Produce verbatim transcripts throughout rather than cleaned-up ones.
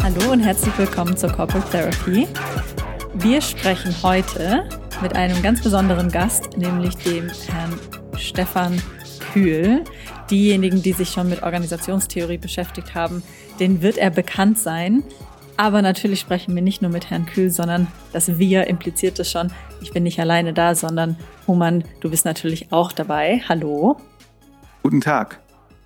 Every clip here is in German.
Hallo und herzlich willkommen zur Corporate Therapy. Wir sprechen heute mit einem ganz besonderen Gast, nämlich dem Herrn Stefan Kühl. Diejenigen, die sich schon mit Organisationstheorie beschäftigt haben, denen wird er bekannt sein. Aber natürlich sprechen wir nicht nur mit Herrn Kühl, sondern das Wir impliziert es schon. Ich bin nicht alleine da, sondern Human, du bist natürlich auch dabei. Hallo. Guten Tag.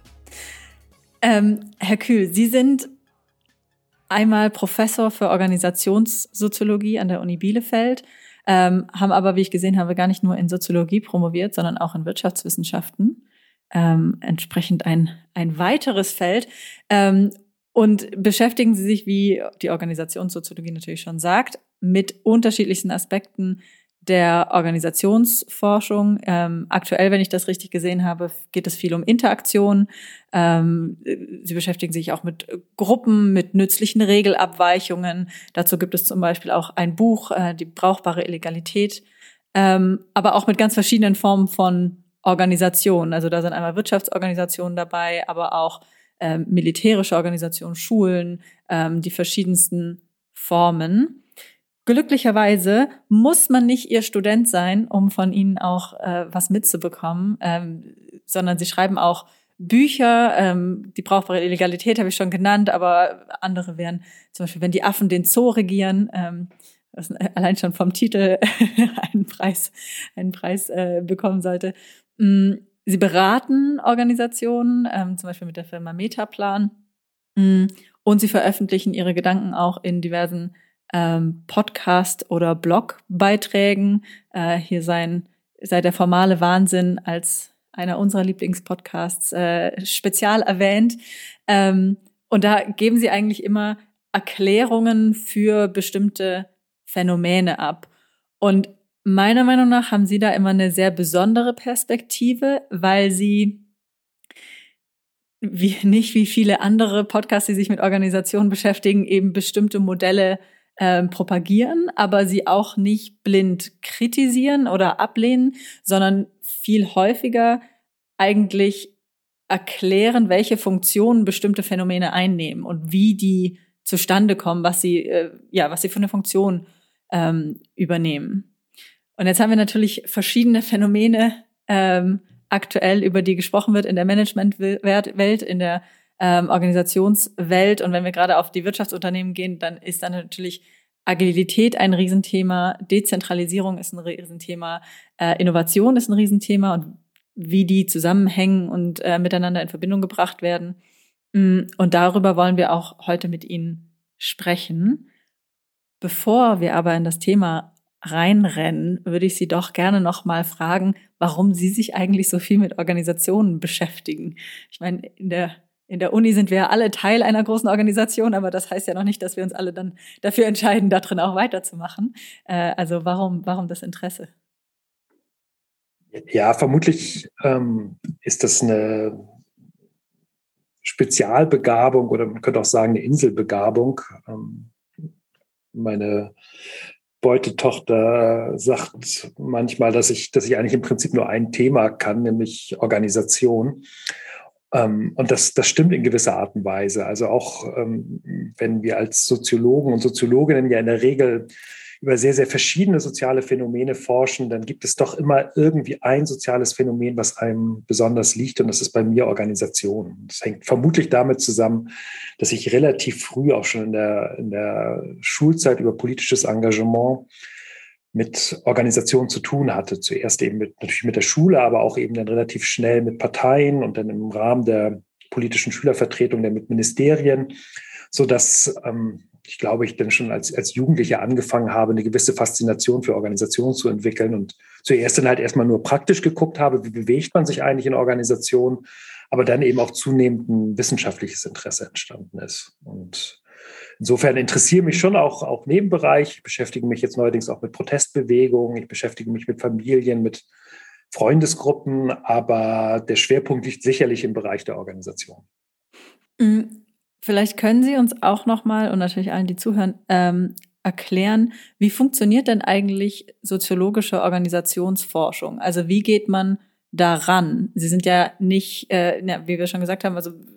Ähm, Herr Kühl, Sie sind einmal Professor für Organisationssoziologie an der Uni Bielefeld, ähm, haben aber, wie ich gesehen habe, gar nicht nur in Soziologie promoviert, sondern auch in Wirtschaftswissenschaften. Ähm, entsprechend ein, ein weiteres Feld. Ähm, und beschäftigen Sie sich, wie die Organisationssoziologie natürlich schon sagt, mit unterschiedlichsten Aspekten der Organisationsforschung. Ähm, aktuell, wenn ich das richtig gesehen habe, geht es viel um Interaktion. Ähm, Sie beschäftigen sich auch mit Gruppen, mit nützlichen Regelabweichungen. Dazu gibt es zum Beispiel auch ein Buch, äh, die brauchbare Illegalität, ähm, aber auch mit ganz verschiedenen Formen von Organisationen. Also da sind einmal Wirtschaftsorganisationen dabei, aber auch ähm, militärische Organisationen, Schulen, ähm, die verschiedensten Formen. Glücklicherweise muss man nicht Ihr Student sein, um von Ihnen auch äh, was mitzubekommen, ähm, sondern Sie schreiben auch Bücher. Ähm, die brauchbare Illegalität habe ich schon genannt, aber andere wären zum Beispiel, wenn die Affen den Zoo regieren, ähm, was allein schon vom Titel einen Preis, einen Preis äh, bekommen sollte. Sie beraten Organisationen, ähm, zum Beispiel mit der Firma Metaplan, und Sie veröffentlichen Ihre Gedanken auch in diversen Ähm, Podcast- oder Blogbeiträgen. Äh, hier sein, sei der formale Wahnsinn als einer unserer Lieblingspodcasts äh, spezial erwähnt. Ähm, und da geben Sie eigentlich immer Erklärungen für bestimmte Phänomene ab. Und meiner Meinung nach haben Sie da immer eine sehr besondere Perspektive, weil Sie wie, nicht wie viele andere Podcasts, die sich mit Organisationen beschäftigen, eben bestimmte Modelle Ähm, propagieren, aber sie auch nicht blind kritisieren oder ablehnen, sondern viel häufiger eigentlich erklären, welche Funktionen bestimmte Phänomene einnehmen und wie die zustande kommen, was sie äh, ja, was sie für eine Funktion ähm, übernehmen. Und jetzt haben wir natürlich verschiedene Phänomene ähm, aktuell, über die gesprochen wird in der Managementwelt, in der Ähm, Organisationswelt. Und wenn wir gerade auf die Wirtschaftsunternehmen gehen, dann ist dann natürlich Agilität ein Riesenthema, Dezentralisierung ist ein Riesenthema, äh, Innovation ist ein Riesenthema und wie die zusammenhängen und äh, miteinander in Verbindung gebracht werden. Und darüber wollen wir auch heute mit Ihnen sprechen. Bevor wir aber in das Thema reinrennen, würde ich Sie doch gerne noch mal fragen, warum Sie sich eigentlich so viel mit Organisationen beschäftigen. Ich meine, in der In der Uni sind wir ja alle Teil einer großen Organisation, aber das heißt ja noch nicht, dass wir uns alle dann dafür entscheiden, da drin auch weiterzumachen. Äh, also warum, warum das Interesse? Ja, vermutlich ähm, ist das eine Spezialbegabung oder man könnte auch sagen eine Inselbegabung. Ähm, meine Beutetochter sagt manchmal, dass ich, dass ich eigentlich im Prinzip nur ein Thema kann, nämlich Organisation. Um, und das, das stimmt in gewisser Art und Weise. Also auch um, wenn wir als Soziologen und Soziologinnen ja in der Regel über sehr, sehr verschiedene soziale Phänomene forschen, dann gibt es doch immer irgendwie ein soziales Phänomen, was einem besonders liegt. Und das ist bei mir Organisation. Das hängt vermutlich damit zusammen, dass ich relativ früh auch schon in der, in der Schulzeit über politisches Engagement mit Organisationen zu tun hatte. Zuerst eben mit, natürlich mit der Schule, aber auch eben dann relativ schnell mit Parteien und dann im Rahmen der politischen Schülervertretung dann mit Ministerien, sodass ähm, ich glaube, ich dann schon als, als Jugendlicher angefangen habe, eine gewisse Faszination für Organisationen zu entwickeln und zuerst dann halt erstmal nur praktisch geguckt habe, wie bewegt man sich eigentlich in Organisationen, aber dann eben auch zunehmend ein wissenschaftliches Interesse entstanden ist. Und insofern interessiere mich schon auch, auch Nebenbereich. Ich beschäftige mich jetzt neuerdings auch mit Protestbewegungen. Ich beschäftige mich mit Familien, mit Freundesgruppen. Aber der Schwerpunkt liegt sicherlich im Bereich der Organisation. Vielleicht können Sie uns auch nochmal und natürlich allen, die zuhören, ähm, erklären, wie funktioniert denn eigentlich soziologische Organisationsforschung? Also wie geht man daran? Sie sind ja nicht, äh, wie wir schon gesagt haben, also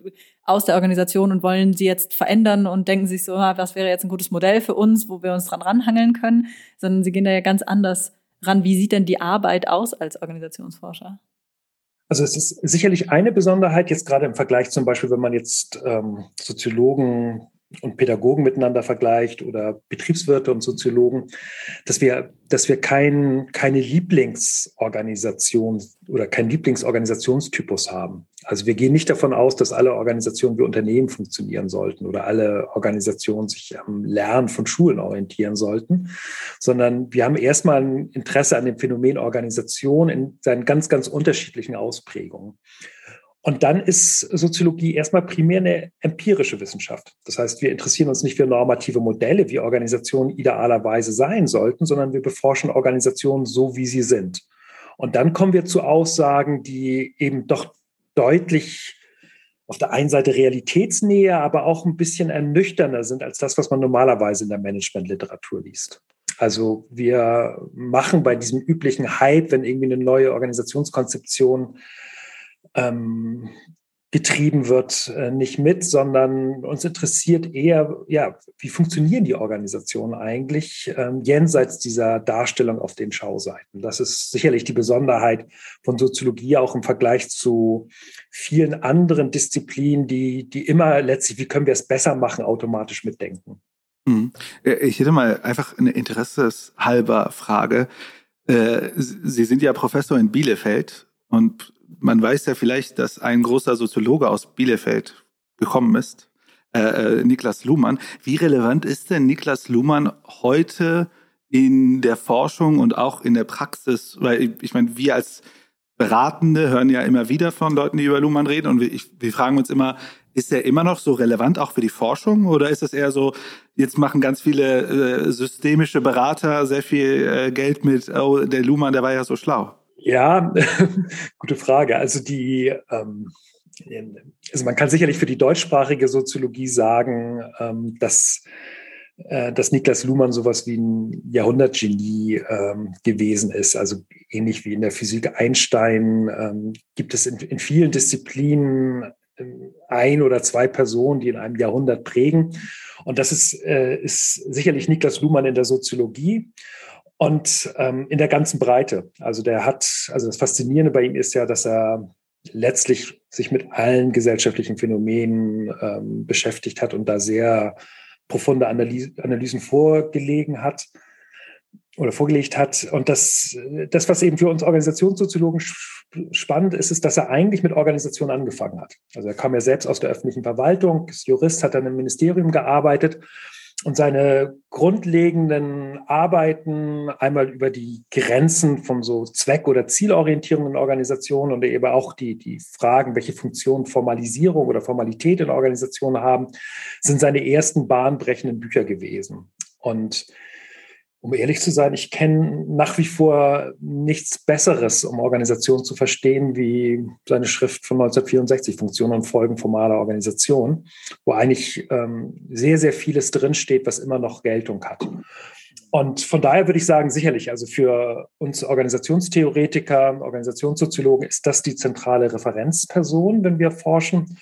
aus der Organisation und wollen sie jetzt verändern und denken sich so, ah, was wäre jetzt ein gutes Modell für uns, wo wir uns dran ranhangeln können, sondern sie gehen da ja ganz anders ran. Wie sieht denn die Arbeit aus als Organisationsforscher? Also es ist sicherlich eine Besonderheit, jetzt gerade im Vergleich zum Beispiel, wenn man jetzt ähm, Soziologen und Pädagogen miteinander vergleicht oder Betriebswirte und Soziologen, dass wir, dass wir kein, keine Lieblingsorganisation oder keinen Lieblingsorganisationstypus haben. Also wir gehen nicht davon aus, dass alle Organisationen wie Unternehmen funktionieren sollten oder alle Organisationen sich am Lernen von Schulen orientieren sollten, sondern wir haben erstmal ein Interesse an dem Phänomen Organisation in seinen ganz, ganz unterschiedlichen Ausprägungen. Und dann ist Soziologie erstmal primär eine empirische Wissenschaft. Das heißt, wir interessieren uns nicht für normative Modelle, wie Organisationen idealerweise sein sollten, sondern wir beforschen Organisationen so, wie sie sind. Und dann kommen wir zu Aussagen, die eben doch deutlich auf der einen Seite realitätsnäher, aber auch ein bisschen ernüchternder sind als das, was man normalerweise in der Managementliteratur liest. Also wir machen bei diesem üblichen Hype, wenn irgendwie eine neue Organisationskonzeption ähm, getrieben wird, äh, nicht mit, sondern uns interessiert eher, ja, wie funktionieren die Organisationen eigentlich ähm, jenseits dieser Darstellung auf den Schauseiten. Das ist sicherlich die Besonderheit von Soziologie, auch im Vergleich zu vielen anderen Disziplinen, die, die immer letztlich, wie können wir es besser machen, automatisch mitdenken. Ich hätte mal einfach eine interesseshalber Frage. Sie sind ja Professor in Bielefeld und man weiß ja vielleicht, dass ein großer Soziologe aus Bielefeld gekommen ist, äh, Niklas Luhmann. Wie relevant ist denn Niklas Luhmann heute in der Forschung und auch in der Praxis? Weil ich, ich meine, wir als Beratende hören ja immer wieder von Leuten, die über Luhmann reden und wir, ich, wir fragen uns immer, ist er immer noch so relevant auch für die Forschung oder ist es eher so, jetzt machen ganz viele äh, systemische Berater sehr viel äh, Geld mit, oh, der Luhmann, der war ja so schlau? Ja, gute Frage. Also die, ähm, also man kann sicherlich für die deutschsprachige Soziologie sagen, ähm, dass, äh, dass Niklas Luhmann sowas wie ein Jahrhundertgenie ähm, gewesen ist. Also ähnlich wie in der Physik Einstein ähm, gibt es in, in vielen Disziplinen ein oder zwei Personen, die in einem Jahrhundert prägen. Und das ist, äh, ist sicherlich Niklas Luhmann in der Soziologie. Und ähm, in der ganzen Breite. Also der hat, also das Faszinierende bei ihm ist ja, dass er letztlich sich mit allen gesellschaftlichen Phänomenen ähm, beschäftigt hat und da sehr profunde Analyse, Analysen vorgelegen hat oder vorgelegt hat. Und das, das, was eben für uns Organisationssoziologen spannend ist, ist, dass er eigentlich mit Organisation angefangen hat. Also er kam ja selbst aus der öffentlichen Verwaltung, ist Jurist, hat dann im Ministerium gearbeitet. Und seine grundlegenden Arbeiten einmal über die Grenzen von so Zweck- oder Zielorientierung in Organisationen und eben auch die, die Fragen, welche Funktion Formalisierung oder Formalität in Organisationen haben, sind seine ersten bahnbrechenden Bücher gewesen. Und um ehrlich zu sein, ich kenne nach wie vor nichts Besseres, um Organisationen zu verstehen, wie seine Schrift von neunzehnhundertvierundsechzig, Funktionen und Folgen formaler Organisation, wo eigentlich ähm, sehr, sehr vieles drinsteht, was immer noch Geltung hat. Und von daher würde ich sagen, sicherlich, also für uns Organisationstheoretiker, Organisationssoziologen ist das die zentrale Referenzperson, wenn wir forschen.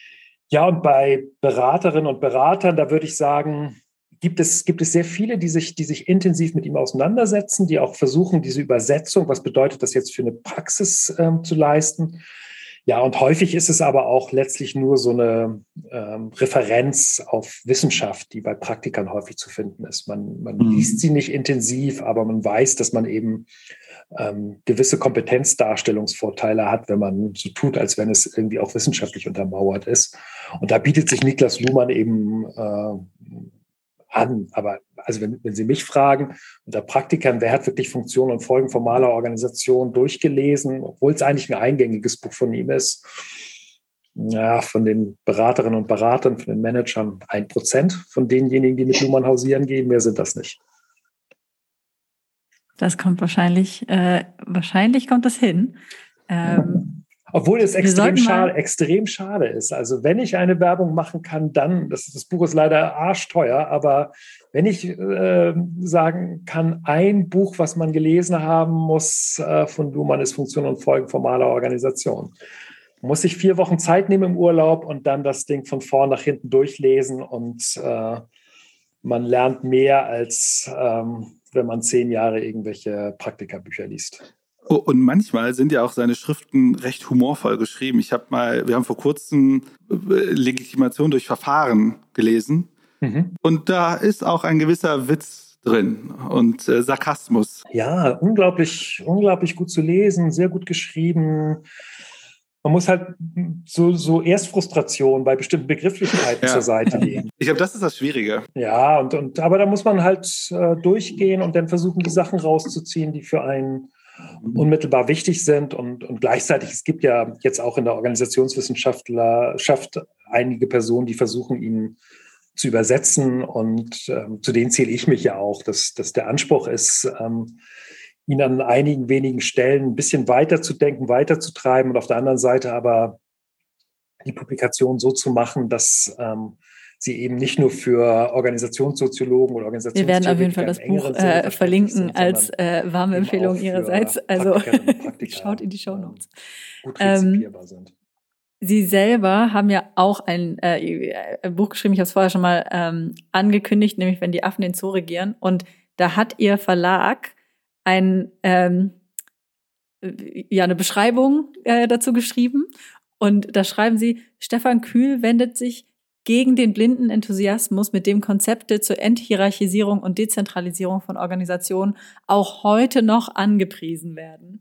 Ja, und bei Beraterinnen und Beratern, da würde ich sagen, Gibt es, gibt es sehr viele, die sich, die sich intensiv mit ihm auseinandersetzen, die auch versuchen, diese Übersetzung, was bedeutet das jetzt für eine Praxis ähm, zu leisten. Ja, und häufig ist es aber auch letztlich nur so eine ähm, Referenz auf Wissenschaft, die bei Praktikern häufig zu finden ist. Man, man mhm. liest sie nicht intensiv, aber man weiß, dass man eben ähm, gewisse Kompetenzdarstellungsvorteile hat, wenn man so tut, als wenn es irgendwie auch wissenschaftlich untermauert ist. Und da bietet sich Niklas Luhmann eben äh, an. Aber also wenn, wenn Sie mich fragen, unter Praktikern, wer hat wirklich Funktionen und Folgen formaler Organisation durchgelesen, obwohl es eigentlich ein eingängiges Buch von ihm ist, ja, von den Beraterinnen und Beratern, von den Managern ein Prozent von denjenigen, die mit Luhmann hausieren gehen, mehr sind das nicht. Das kommt wahrscheinlich, äh, wahrscheinlich kommt das hin. Ähm, Obwohl es extrem schade, extrem schade ist. Also wenn ich eine Werbung machen kann, dann, das, das Buch ist leider arschteuer, aber wenn ich äh, sagen kann, ein Buch, was man gelesen haben muss äh, von Luhmann, ist Funktion und Folgen formaler Organisation. Man muss sich vier Wochen Zeit nehmen im Urlaub und dann das Ding von vorn nach hinten durchlesen und äh, man lernt mehr, als ähm, wenn man zehn Jahre irgendwelche Praktikerbücher liest. Oh, und manchmal sind ja auch seine Schriften recht humorvoll geschrieben. Ich habe mal, wir haben vor kurzem Legitimation durch Verfahren gelesen. Mhm. Und da ist auch ein gewisser Witz drin und äh, Sarkasmus. Ja, unglaublich, unglaublich gut zu lesen, sehr gut geschrieben. Man muss halt so, so erst Frustration bei bestimmten Begrifflichkeiten ja. zur Seite legen. Ich glaube, das ist das Schwierige. Ja, und, und aber da muss man halt äh, durchgehen und dann versuchen, die Sachen rauszuziehen, die für einen unmittelbar wichtig sind. Und, und gleichzeitig, es gibt ja jetzt auch in der Organisationswissenschaft einige Personen, die versuchen, ihn zu übersetzen. Und ähm, zu denen zähle ich mich ja auch, dass, dass der Anspruch ist, ähm, ihn an einigen wenigen Stellen ein bisschen weiterzudenken, weiterzutreiben und auf der anderen Seite aber die Publikation so zu machen, dass ähm, sie eben nicht nur für Organisationssoziologen oder Organisationstheoretiker Wir werden auf jeden Fall das Buch äh, verlinken sind, als äh, warme Empfehlung Ihrerseits. Also schaut in die Shownotes. Gut rezipierbar ähm, sind. Sie selber haben ja auch ein, äh, ein Buch geschrieben, ich habe es vorher schon mal ähm, angekündigt, nämlich Wenn die Affen den Zoo regieren. Und da hat Ihr Verlag ein, ähm, ja, eine Beschreibung äh, dazu geschrieben. Und da schreiben Sie, Stefan Kühl wendet sich gegen den blinden Enthusiasmus, mit dem Konzepte zur Enthierarchisierung und Dezentralisierung von Organisationen auch heute noch angepriesen werden.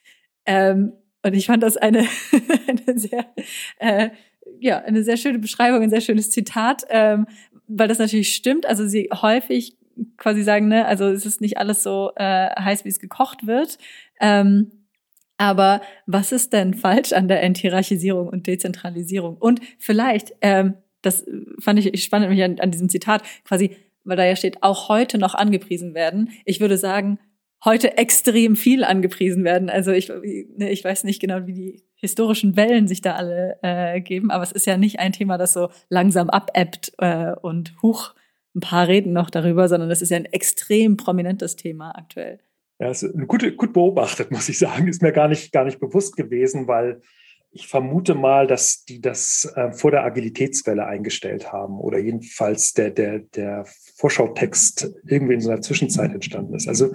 Ähm, und ich fand das eine, eine sehr, äh, ja, eine sehr schöne Beschreibung, ein sehr schönes Zitat, ähm, weil das natürlich stimmt. Also sie häufig quasi sagen, ne, also es ist nicht alles so äh, heiß, wie es gekocht wird. Ähm, aber was ist denn falsch an der Enthierarchisierung und Dezentralisierung? Und vielleicht, ähm, das fand ich spannend mich an, an diesem Zitat, quasi, weil da ja steht, auch heute noch angepriesen werden. Ich würde sagen, heute extrem viel angepriesen werden. Also ich, ne, ich weiß nicht genau, wie die historischen Wellen sich da alle äh, geben, aber es ist ja nicht ein Thema, das so langsam abebbt äh, und huch, ein paar reden noch darüber, sondern das ist ja ein extrem prominentes Thema aktuell. Ja, ist gut, gut beobachtet, muss ich sagen. Ist mir gar nicht, gar nicht bewusst gewesen, weil ich vermute mal, dass die das äh, vor der Agilitätswelle eingestellt haben oder jedenfalls der, der, der Vorschautext irgendwie in so einer Zwischenzeit entstanden ist. Also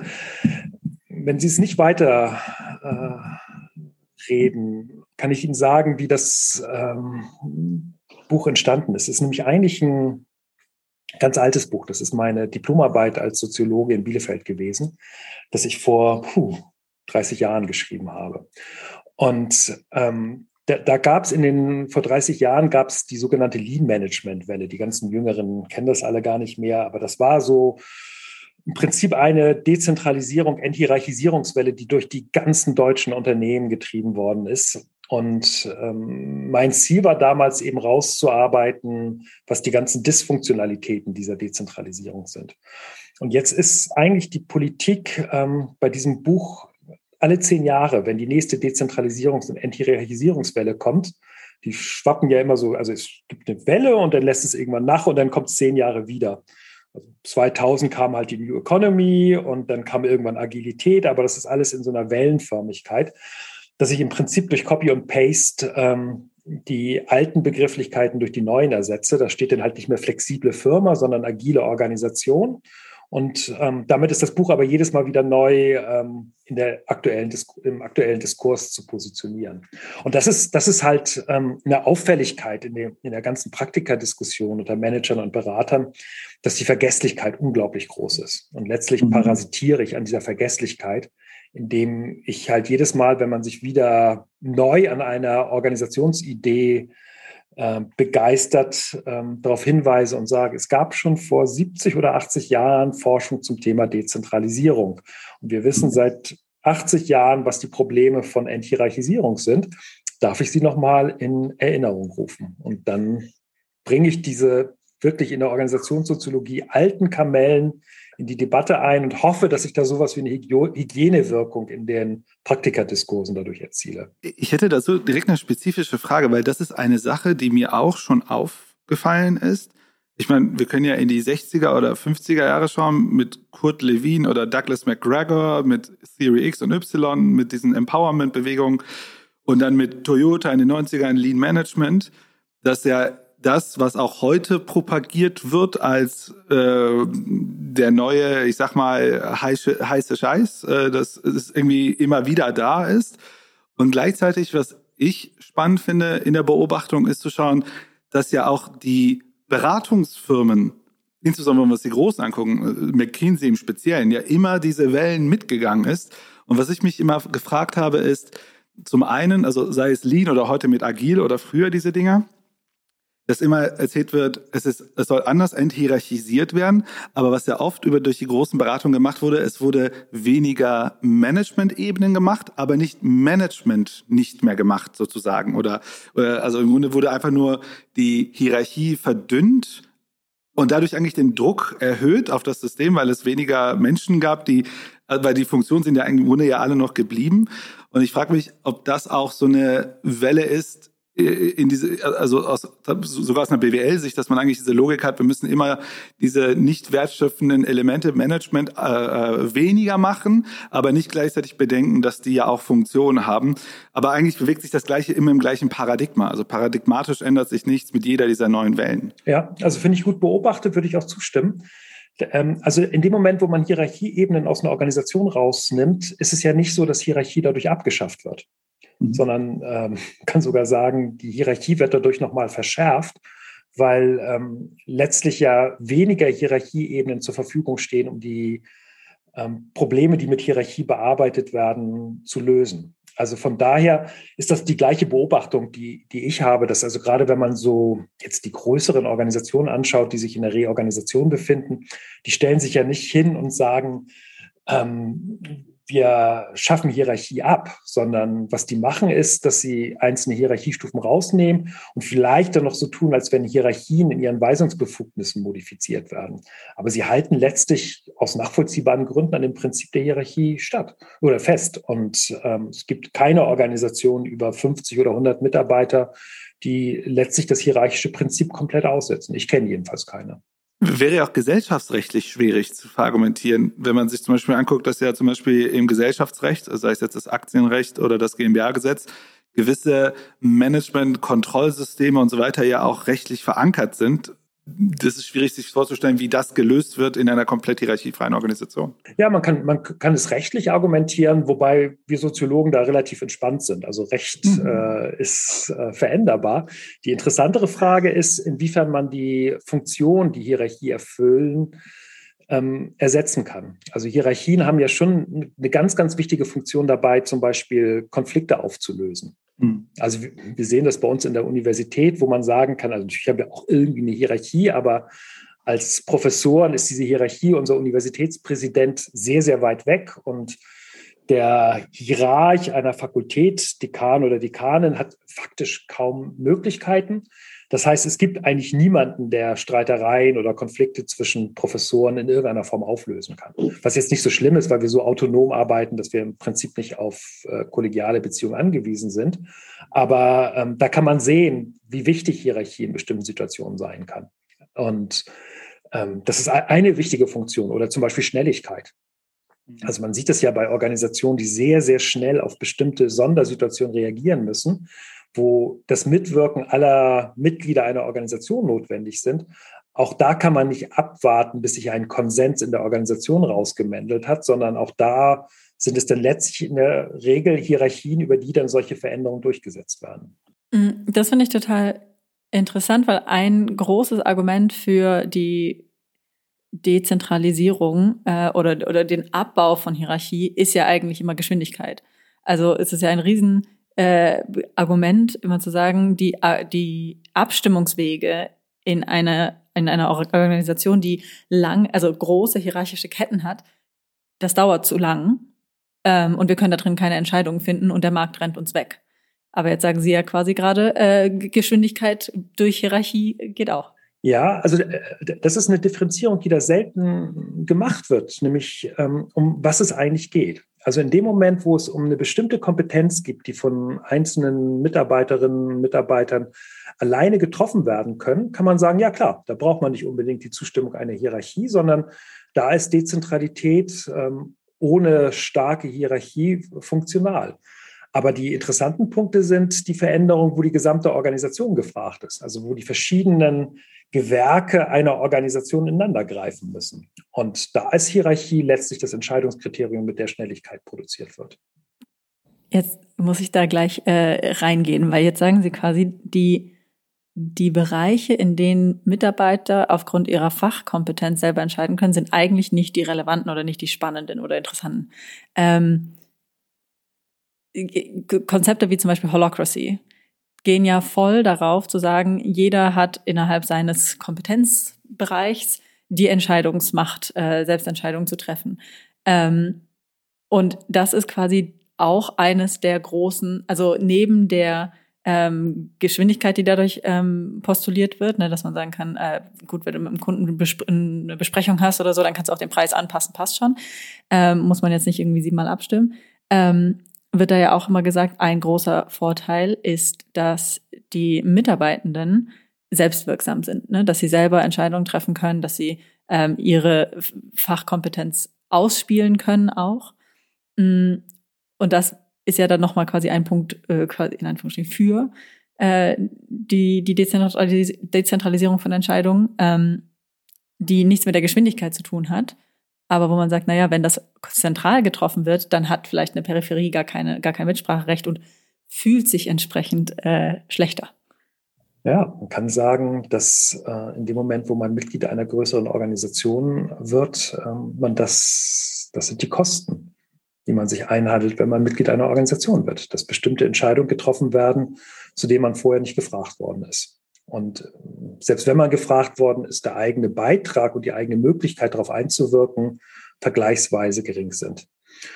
wenn Sie es nicht weiter äh, reden, kann ich Ihnen sagen, wie das ähm, Buch entstanden ist. Es ist nämlich eigentlich ein ganz altes Buch. Das ist meine Diplomarbeit als Soziologe in Bielefeld gewesen, das ich vor puh, dreißig Jahren geschrieben habe. Und ähm, da, da gab es in den, vor dreißig Jahren gab es die sogenannte Lean-Management-Welle. Die ganzen Jüngeren kennen das alle gar nicht mehr, aber das war so im Prinzip eine Dezentralisierung, Enthierarchisierungswelle, die durch die ganzen deutschen Unternehmen getrieben worden ist. Und ähm, mein Ziel war damals eben rauszuarbeiten, was die ganzen Dysfunktionalitäten dieser Dezentralisierung sind. Und jetzt ist eigentlich die Politik ähm, bei diesem Buch alle zehn Jahre, wenn die nächste Dezentralisierungs- und Enthierarchisierungswelle kommt, die schwappen ja immer so, also es gibt eine Welle und dann lässt es irgendwann nach und dann kommt es zehn Jahre wieder. Also zweitausend kam halt die New Economy und dann kam irgendwann Agilität, aber das ist alles in so einer Wellenförmigkeit, dass ich im Prinzip durch Copy und Paste ähm, die alten Begrifflichkeiten durch die neuen ersetze. Da steht dann halt nicht mehr flexible Firma, sondern agile Organisation. Und ähm, damit ist das Buch aber jedes Mal wieder neu ähm, in der aktuellen Disku- im aktuellen Diskurs zu positionieren. Und das ist, das ist halt ähm, eine Auffälligkeit in, dem, in der ganzen Praktikerdiskussion unter Managern und Beratern, dass die Vergesslichkeit unglaublich groß ist. Und letztlich mhm. parasitiere ich an dieser Vergesslichkeit, indem ich halt jedes Mal, wenn man sich wieder neu an einer Organisationsidee äh, begeistert, ähm, darauf hinweise und sage, es gab schon vor siebzig oder achtzig Jahren Forschung zum Thema Dezentralisierung. Und wir wissen seit achtzig Jahren, was die Probleme von Enthierarchisierung sind. Darf ich sie nochmal in Erinnerung rufen? Und dann bringe ich diese wirklich in der Organisationssoziologie alten Kamellen in die Debatte ein und hoffe, dass ich da sowas wie eine Hygienewirkung in den Praktikerdiskursen dadurch erziele. Ich hätte dazu direkt eine spezifische Frage, weil das ist eine Sache, die mir auch schon aufgefallen ist. Ich meine, wir können ja in die sechziger oder fünfziger Jahre schauen mit Kurt Lewin oder Douglas McGregor, mit Theory X und Y, mit diesen Empowerment-Bewegungen. und dann mit Toyota in den neunzigern Lean Management, dass ja das, was auch heute propagiert wird als äh, der neue, ich sag mal, heiße, heiße Scheiß, äh, dass es irgendwie immer wieder da ist. Und gleichzeitig, was ich spannend finde in der Beobachtung, ist zu schauen, dass ja auch die Beratungsfirmen, insbesondere wenn wir uns die Großen angucken, McKinsey im Speziellen, ja immer diese Wellen mitgegangen ist. Und was ich mich immer gefragt habe, ist zum einen, also sei es Lean oder heute mit Agil oder früher diese Dinger, dass immer erzählt wird, es ist, es soll anders enthierarchisiert werden. Aber was ja oft über durch die großen Beratungen gemacht wurde, es wurde weniger Management-Ebenen gemacht, aber nicht Management nicht mehr gemacht sozusagen. Oder, oder also im Grunde wurde einfach nur die Hierarchie verdünnt und dadurch eigentlich den Druck erhöht auf das System, weil es weniger Menschen gab, die, weil die Funktionen sind ja im Grunde ja alle noch geblieben. Und ich frage mich, ob das auch so eine Welle ist, in diese, also aus, sogar aus einer B W L-Sicht, dass man eigentlich diese Logik hat, wir müssen immer diese nicht wertschöpfenden Elemente Management äh, weniger machen, aber nicht gleichzeitig bedenken, dass die ja auch Funktionen haben. Aber eigentlich bewegt sich das Gleiche immer im gleichen Paradigma. Also paradigmatisch ändert sich nichts mit jeder dieser neuen Wellen. Ja, also finde ich gut beobachtet, würde ich auch zustimmen. Also in dem Moment, wo man Hierarchieebenen aus einer Organisation rausnimmt, ist es ja nicht so, dass Hierarchie dadurch abgeschafft wird. Mhm. Sondern ähm, man kann sogar sagen, die Hierarchie wird dadurch nochmal verschärft, weil ähm, letztlich ja weniger Hierarchieebenen zur Verfügung stehen, um die ähm, Probleme, die mit Hierarchie bearbeitet werden, zu lösen. Also von daher ist das die gleiche Beobachtung, die, die ich habe, dass also gerade wenn man so jetzt die größeren Organisationen anschaut, die sich in der Reorganisation befinden, die stellen sich ja nicht hin und sagen, ähm, wir schaffen Hierarchie ab, sondern was die machen ist, dass sie einzelne Hierarchiestufen rausnehmen und vielleicht dann noch so tun, als wenn Hierarchien in ihren Weisungsbefugnissen modifiziert werden. Aber sie halten letztlich aus nachvollziehbaren Gründen an dem Prinzip der Hierarchie statt oder fest. Und ähm, es gibt keine Organisation über fünfzig oder hundert Mitarbeiter, die letztlich das hierarchische Prinzip komplett aussetzen. Ich kenne jedenfalls keine. Wäre ja auch gesellschaftsrechtlich schwierig zu verargumentieren, wenn man sich zum Beispiel anguckt, dass ja zum Beispiel im Gesellschaftsrecht, sei es jetzt das Aktienrecht oder das G m b H-Gesetz, gewisse Management-Kontrollsysteme und so weiter ja auch rechtlich verankert sind. Das ist schwierig, sich vorzustellen, wie das gelöst wird in einer komplett hierarchiefreien Organisation. Ja, man kann, man kann es rechtlich argumentieren, wobei wir Soziologen da relativ entspannt sind. Also Recht mhm. äh, ist äh, veränderbar. Die interessantere Frage ist, inwiefern man die Funktion, die Hierarchie erfüllen, ähm, ersetzen kann. Also Hierarchien haben ja schon eine ganz, ganz wichtige Funktion dabei, zum Beispiel Konflikte aufzulösen. Also wir sehen das bei uns in der Universität, wo man sagen kann, also ich habe ja auch irgendwie eine Hierarchie, aber als Professoren ist diese Hierarchie, unser Universitätspräsident, sehr, sehr weit weg und der Hierarch einer Fakultät, Dekan oder Dekanin, hat faktisch kaum Möglichkeiten. Das heißt, es gibt eigentlich niemanden, der Streitereien oder Konflikte zwischen Professoren in irgendeiner Form auflösen kann. Was jetzt nicht so schlimm ist, weil wir so autonom arbeiten, dass wir im Prinzip nicht auf äh, kollegiale Beziehungen angewiesen sind. Aber ähm, da kann man sehen, wie wichtig Hierarchie in bestimmten Situationen sein kann. Und ähm, das ist eine wichtige Funktion oder zum Beispiel Schnelligkeit. Also man sieht es ja bei Organisationen, die sehr, sehr schnell auf bestimmte Sondersituationen reagieren müssen, wo das Mitwirken aller Mitglieder einer Organisation notwendig sind. Auch da kann man nicht abwarten, bis sich ein Konsens in der Organisation rausgemändelt hat, sondern auch da sind es dann letztlich in der Regel Hierarchien, über die dann solche Veränderungen durchgesetzt werden. Das finde ich total interessant, weil ein großes Argument für die Dezentralisierung äh, oder, oder den Abbau von Hierarchie ist ja eigentlich immer Geschwindigkeit. Also es ist ja ein riesen äh, Argument, immer zu sagen, die, die Abstimmungswege in einer, in einer Organisation, die lang, also große hierarchische Ketten hat, das dauert zu lang ähm, und wir können da drin keine Entscheidungen finden und der Markt rennt uns weg. Aber jetzt sagen Sie ja quasi gerade, äh, Geschwindigkeit durch Hierarchie geht auch. Ja, also das ist eine Differenzierung, die da selten gemacht wird, nämlich ähm, um was es eigentlich geht. Also in dem Moment, wo es um eine bestimmte Kompetenz gibt, die von einzelnen Mitarbeiterinnen und Mitarbeitern alleine getroffen werden können, kann man sagen, ja klar, da braucht man nicht unbedingt die Zustimmung einer Hierarchie, sondern da ist Dezentralität ähm, ohne starke Hierarchie funktional. Aber die interessanten Punkte sind die Veränderung, wo die gesamte Organisation gefragt ist, also wo die verschiedenen Gewerke einer Organisation ineinander greifen müssen. Und da ist Hierarchie letztlich das Entscheidungskriterium, mit der Schnelligkeit produziert wird. Jetzt muss ich da gleich äh, reingehen, weil jetzt sagen Sie quasi, die, die Bereiche, in denen Mitarbeiter aufgrund ihrer Fachkompetenz selber entscheiden können, sind eigentlich nicht die relevanten oder nicht die spannenden oder interessanten. Ähm, Konzepte wie zum Beispiel Holacracy gehen ja voll darauf zu sagen, jeder hat innerhalb seines Kompetenzbereichs die Entscheidungsmacht, äh, Selbstentscheidungen zu treffen. Ähm, und das ist quasi auch eines der großen, also neben der ähm, Geschwindigkeit, die dadurch ähm, postuliert wird, ne, dass man sagen kann, äh, gut, wenn du mit dem Kunden eine Besprechung hast oder so, dann kannst du auch den Preis anpassen, passt schon. Ähm, muss man jetzt nicht irgendwie siebenmal abstimmen. Ähm, wird da ja auch immer gesagt, ein großer Vorteil ist, dass die Mitarbeitenden selbstwirksam sind, ne? Dass sie selber Entscheidungen treffen können, dass sie ähm, ihre Fachkompetenz ausspielen können auch. Und das ist ja dann nochmal quasi ein Punkt, äh, quasi in Anführungsstrichen, für äh, die, die Dezentralis- Dezentralisierung von Entscheidungen, ähm, die nichts mit der Geschwindigkeit zu tun hat. Aber wo man sagt, naja, wenn das zentral getroffen wird, dann hat vielleicht eine Peripherie gar keine, gar kein Mitspracherecht und fühlt sich entsprechend äh, schlechter. Ja, man kann sagen, dass äh, in dem Moment, wo man Mitglied einer größeren Organisation wird, ähm, man das, das sind die Kosten, die man sich einhandelt, wenn man Mitglied einer Organisation wird, dass bestimmte Entscheidungen getroffen werden, zu denen man vorher nicht gefragt worden ist. Und selbst wenn man gefragt worden ist, der eigene Beitrag und die eigene Möglichkeit, darauf einzuwirken, vergleichsweise gering sind.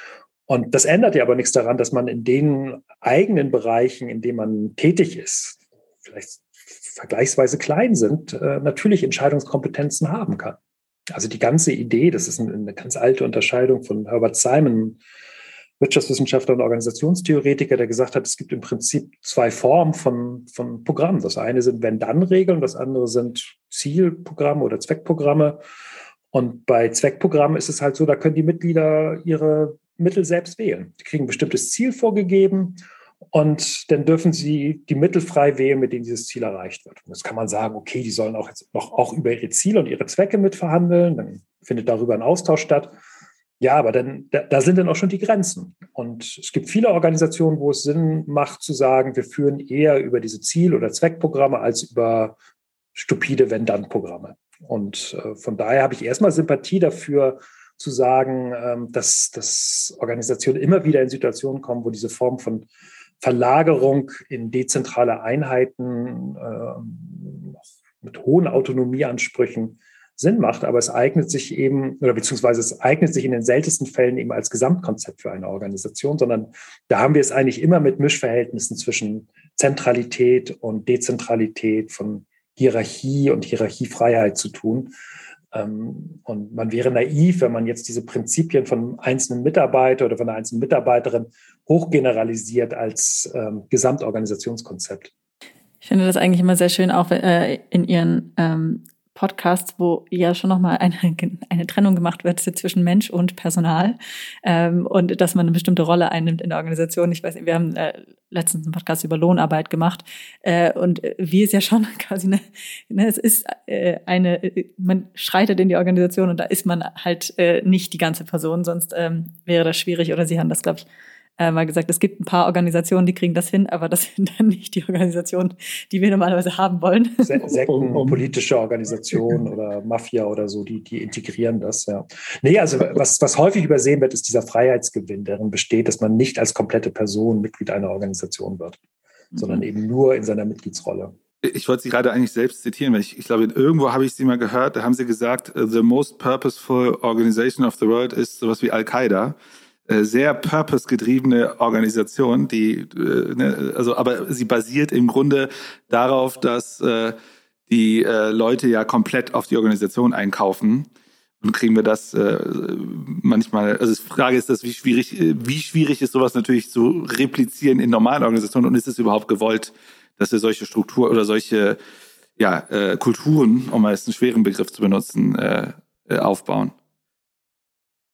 Und das ändert ja aber nichts daran, dass man in den eigenen Bereichen, in denen man tätig ist, vielleicht vergleichsweise klein sind, natürlich Entscheidungskompetenzen haben kann. Also die ganze Idee, das ist eine ganz alte Unterscheidung von Herbert Simon, Wirtschaftswissenschaftler und Organisationstheoretiker, der gesagt hat, es gibt im Prinzip zwei Formen von, von Programmen. Das eine sind Wenn-Dann-Regeln, das andere sind Zielprogramme oder Zweckprogramme. Und bei Zweckprogrammen ist es halt so, da können die Mitglieder ihre Mittel selbst wählen. Die kriegen ein bestimmtes Ziel vorgegeben und dann dürfen sie die Mittel frei wählen, mit denen dieses Ziel erreicht wird. Und jetzt kann man sagen, okay, die sollen auch jetzt noch auch über ihre Ziele und ihre Zwecke mitverhandeln, dann findet darüber ein Austausch statt. Ja, aber dann, da, da sind dann auch schon die Grenzen. Und es gibt viele Organisationen, wo es Sinn macht zu sagen, wir führen eher über diese Ziel- oder Zweckprogramme als über stupide Wenn-Dann-Programme. Und äh, von daher habe ich erstmal Sympathie dafür, zu sagen, ähm, dass, dass Organisationen immer wieder in Situationen kommen, wo diese Form von Verlagerung in dezentrale Einheiten äh, mit hohen Autonomieansprüchen Sinn macht, aber es eignet sich eben, oder beziehungsweise es eignet sich in den seltensten Fällen eben als Gesamtkonzept für eine Organisation, sondern da haben wir es eigentlich immer mit Mischverhältnissen zwischen Zentralität und Dezentralität, von Hierarchie und Hierarchiefreiheit zu tun. Und man wäre naiv, wenn man jetzt diese Prinzipien von einzelnen Mitarbeiter oder von einer einzelnen Mitarbeiterin hochgeneralisiert als ähm, Gesamtorganisationskonzept. Ich finde das eigentlich immer sehr schön, auch äh, in Ihren ähm, Podcasts, wo ja schon nochmal eine, eine Trennung gemacht wird zwischen Mensch und Personal ähm, und dass man eine bestimmte Rolle einnimmt in der Organisation. Ich weiß nicht, wir haben äh, letztens einen Podcast über Lohnarbeit gemacht äh, und wie es ja schon quasi eine, ne, es ist äh, eine, man schreitet in die Organisation und da ist man halt äh, nicht die ganze Person, sonst ähm, wäre das schwierig, oder Sie haben das, glaube ich, äh, mal gesagt, es gibt ein paar Organisationen, die kriegen das hin, aber das sind dann nicht die Organisationen, die wir normalerweise haben wollen. Sekten, politische Organisationen oder Mafia oder so, die, die integrieren das, ja. Nee, also was, was häufig übersehen wird, ist dieser Freiheitsgewinn, darin besteht, dass man nicht als komplette Person Mitglied einer Organisation wird, mhm. sondern eben nur in seiner Mitgliedsrolle. Ich wollte Sie gerade eigentlich selbst zitieren, weil ich, ich glaube, irgendwo habe ich Sie mal gehört, da haben Sie gesagt, the most purposeful organization of the world ist sowas wie Al-Qaida. Sehr purpose-getriebene Organisation, die, äh, ne, also, aber sie basiert im Grunde darauf, dass äh, die äh, Leute ja komplett auf die Organisation einkaufen. Und kriegen wir das äh, manchmal, also die Frage ist, das, wie schwierig, wie schwierig ist sowas natürlich zu replizieren in normalen Organisationen und ist es überhaupt gewollt, dass wir solche Strukturen oder solche ja, äh, Kulturen, um mal einen schweren Begriff zu benutzen, äh, äh, aufbauen?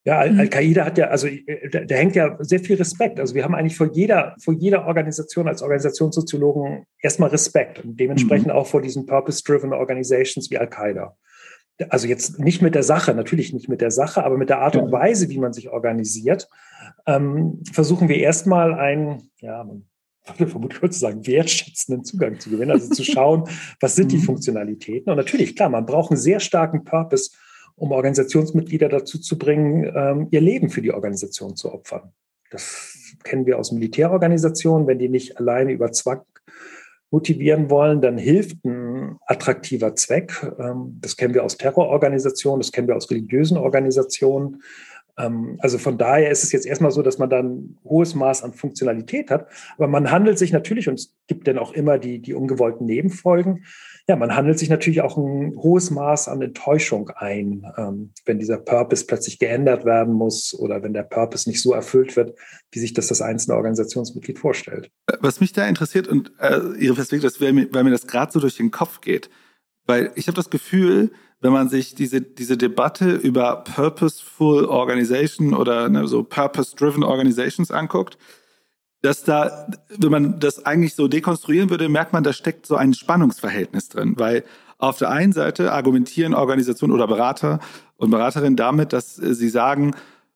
Ja, Al- Al-Qaida hat ja, also da, da hängt ja sehr viel Respekt. Also wir haben eigentlich vor jeder, vor jeder Organisation als Organisationssoziologen erstmal Respekt und dementsprechend mhm. auch vor diesen Purpose-Driven Organizations wie Al-Qaida. Also jetzt nicht mit der Sache, natürlich nicht mit der Sache, aber mit der Art und Weise, wie man sich organisiert, ähm, versuchen wir erstmal einen, ja, man vermutlich würde sagen, wertschätzenden Zugang zu gewinnen, also zu schauen, was sind die Funktionalitäten. Und natürlich, klar, man braucht einen sehr starken Purpose, um Organisationsmitglieder dazu zu bringen, ähm, ihr Leben für die Organisation zu opfern. Das kennen wir aus Militärorganisationen. Wenn die nicht alleine über Zwang motivieren wollen, dann hilft ein attraktiver Zweck. Ähm, das kennen wir aus Terrororganisationen, das kennen wir aus religiösen Organisationen. Ähm, also von daher ist es jetzt erstmal so, dass man dann ein hohes Maß an Funktionalität hat. Aber man handelt sich natürlich, und es gibt dann auch immer die, die ungewollten Nebenfolgen, ja, man handelt sich natürlich auch ein hohes Maß an Enttäuschung ein, ähm, wenn dieser Purpose plötzlich geändert werden muss oder wenn der Purpose nicht so erfüllt wird, wie sich das das einzelne Organisationsmitglied vorstellt. Was mich da interessiert und äh, Ihre Perspektive, das, weil mir, weil mir das gerade so durch den Kopf geht, weil ich habe das Gefühl, wenn man sich diese diese Debatte über Purposeful Organization oder ne, so Purpose-Driven Organizations anguckt, dass da, wenn man das eigentlich so dekonstruieren würde, merkt man, da steckt so ein Spannungsverhältnis drin, weil auf der einen Seite argumentieren Organisationen oder Berater und Beraterinnen damit, dass sie sagen,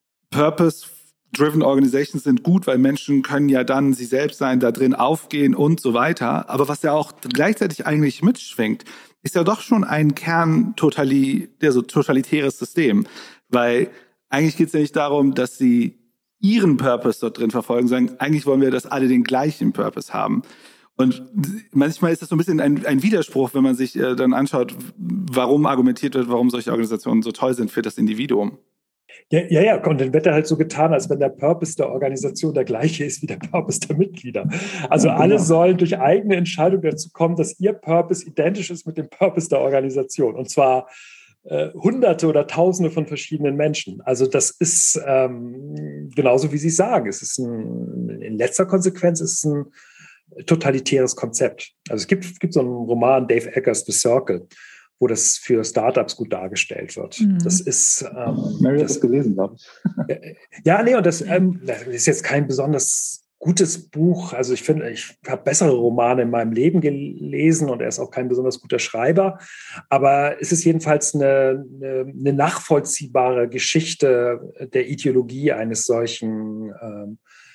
Purpose-Driven Organizations sind gut, weil Menschen können ja dann sie selbst sein, da drin aufgehen und so weiter. Aber was ja auch gleichzeitig eigentlich mitschwingt, ist ja doch schon ein Kern totali, der so totalitäres System, weil eigentlich geht es ja nicht darum, dass sie ihren Purpose dort drin verfolgen, sagen, eigentlich wollen wir, dass alle den gleichen Purpose haben. Und manchmal ist das so ein bisschen ein, ein Widerspruch, wenn man sich äh, dann anschaut, warum argumentiert wird, warum solche Organisationen so toll sind für das Individuum. Ja, ja, ja, und dann wird da halt so getan, als wenn der Purpose der Organisation der gleiche ist wie der Purpose der Mitglieder. Also ja, genau. Alle sollen durch eigene Entscheidung dazu kommen, dass ihr Purpose identisch ist mit dem Purpose der Organisation. Und zwar äh, Hunderte oder Tausende von verschiedenen Menschen. Also das ist ähm, genauso, wie Sie sagen. Es ist ein, in letzter Konsequenz ist es ein totalitäres Konzept. Also es gibt, es gibt so einen Roman, Dave Eggers, The Circle, wo das für Startups gut dargestellt wird. Mhm. Das ist... Ähm, Mary hat das gelesen, glaube ich. Ja, nee, und das, ähm, das ist jetzt kein besonders gutes Buch. Also ich finde, ich habe bessere Romane in meinem Leben gelesen und er ist auch kein besonders guter Schreiber. Aber es ist jedenfalls eine, eine, eine nachvollziehbare Geschichte der Ideologie eines solchen ähm,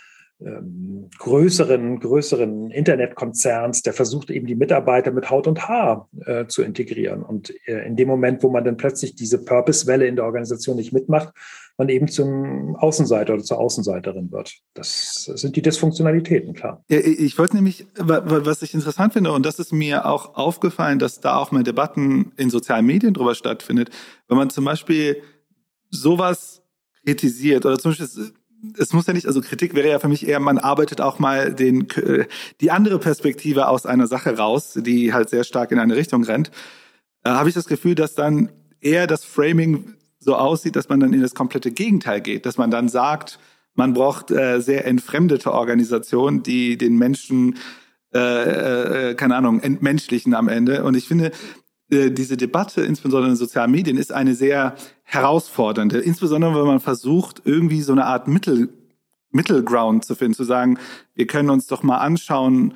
Ähm, größeren, größeren Internetkonzerns, der versucht eben die Mitarbeiter mit Haut und Haar äh, zu integrieren. Und äh, in dem Moment, wo man dann plötzlich diese Purpose-Welle in der Organisation nicht mitmacht, man eben zum Außenseiter oder zur Außenseiterin wird. Das sind die Dysfunktionalitäten, klar. Ja, ich wollte nämlich, was ich interessant finde, und das ist mir auch aufgefallen, dass da auch mal Debatten in sozialen Medien drüber stattfindet, wenn man zum Beispiel sowas kritisiert oder zum Beispiel es muss ja nicht, also Kritik wäre ja für mich eher, man arbeitet auch mal den, die andere Perspektive aus einer Sache raus, die halt sehr stark in eine Richtung rennt. Da habe ich das Gefühl, dass dann eher das Framing so aussieht, dass man dann in das komplette Gegenteil geht, dass man dann sagt, man braucht äh, sehr entfremdete Organisationen, die den Menschen, äh, äh, keine Ahnung, entmenschlichen am Ende. Und ich finde, diese Debatte, insbesondere in den sozialen Medien, ist eine sehr herausfordernde. Insbesondere, wenn man versucht, irgendwie so eine Art Mittel, Mittelground zu finden, zu sagen, wir können uns doch mal anschauen,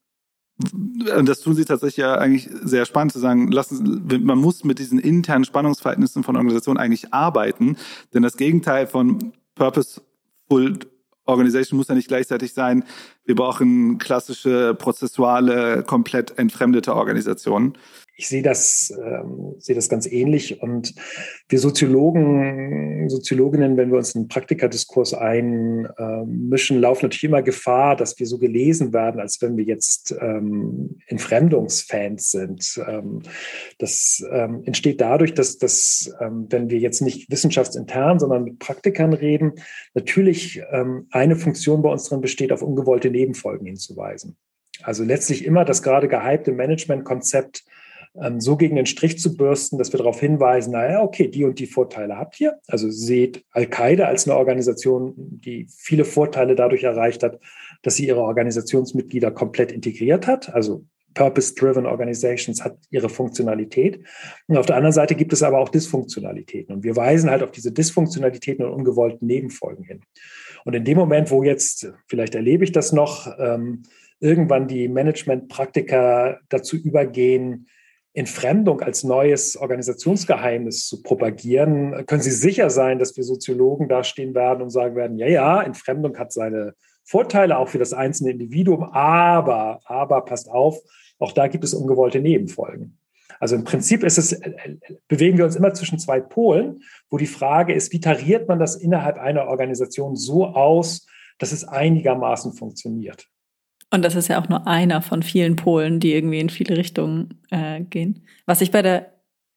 und das tun sie tatsächlich ja eigentlich sehr spannend, zu sagen, lassen, man muss mit diesen internen Spannungsverhältnissen von Organisationen eigentlich arbeiten, denn das Gegenteil von Purposeful Organisation muss ja nicht gleichzeitig sein, wir brauchen klassische, prozessuale, komplett entfremdete Organisationen. Ich sehe das, ähm, sehe das ganz ähnlich. Und wir Soziologen, Soziologinnen, wenn wir uns in einen Praktikerdiskurs einmischen, laufen natürlich immer Gefahr, dass wir so gelesen werden, als wenn wir jetzt ähm, Entfremdungsfans sind. Ähm, das ähm, entsteht dadurch, dass, dass ähm, wenn wir jetzt nicht wissenschaftsintern, sondern mit Praktikern reden, natürlich ähm, eine Funktion bei uns drin besteht, auf ungewollte Nebenfolgen hinzuweisen. Also letztlich immer das gerade gehypte Managementkonzept so gegen den Strich zu bürsten, dass wir darauf hinweisen, naja, okay, die und die Vorteile habt ihr. Also seht Al-Qaida als eine Organisation, die viele Vorteile dadurch erreicht hat, dass sie ihre Organisationsmitglieder komplett integriert hat. Also Purpose-Driven Organizations hat ihre Funktionalität. Und auf der anderen Seite gibt es aber auch Dysfunktionalitäten. Und wir weisen halt auf diese Dysfunktionalitäten und ungewollten Nebenfolgen hin. Und in dem Moment, wo jetzt, vielleicht erlebe ich das noch, ähm, irgendwann die Management-Praktiker dazu übergehen, Entfremdung als neues Organisationsgeheimnis zu propagieren, können Sie sicher sein, dass wir Soziologen dastehen werden und sagen werden, ja, ja, Entfremdung hat seine Vorteile auch für das einzelne Individuum, aber, aber passt auf, auch da gibt es ungewollte Nebenfolgen. Also im Prinzip ist es, bewegen wir uns immer zwischen zwei Polen, wo die Frage ist, wie tariert man das innerhalb einer Organisation so aus, dass es einigermaßen funktioniert? Und das ist ja auch nur einer von vielen Polen, die irgendwie in viele Richtungen äh, gehen. Was ich bei der,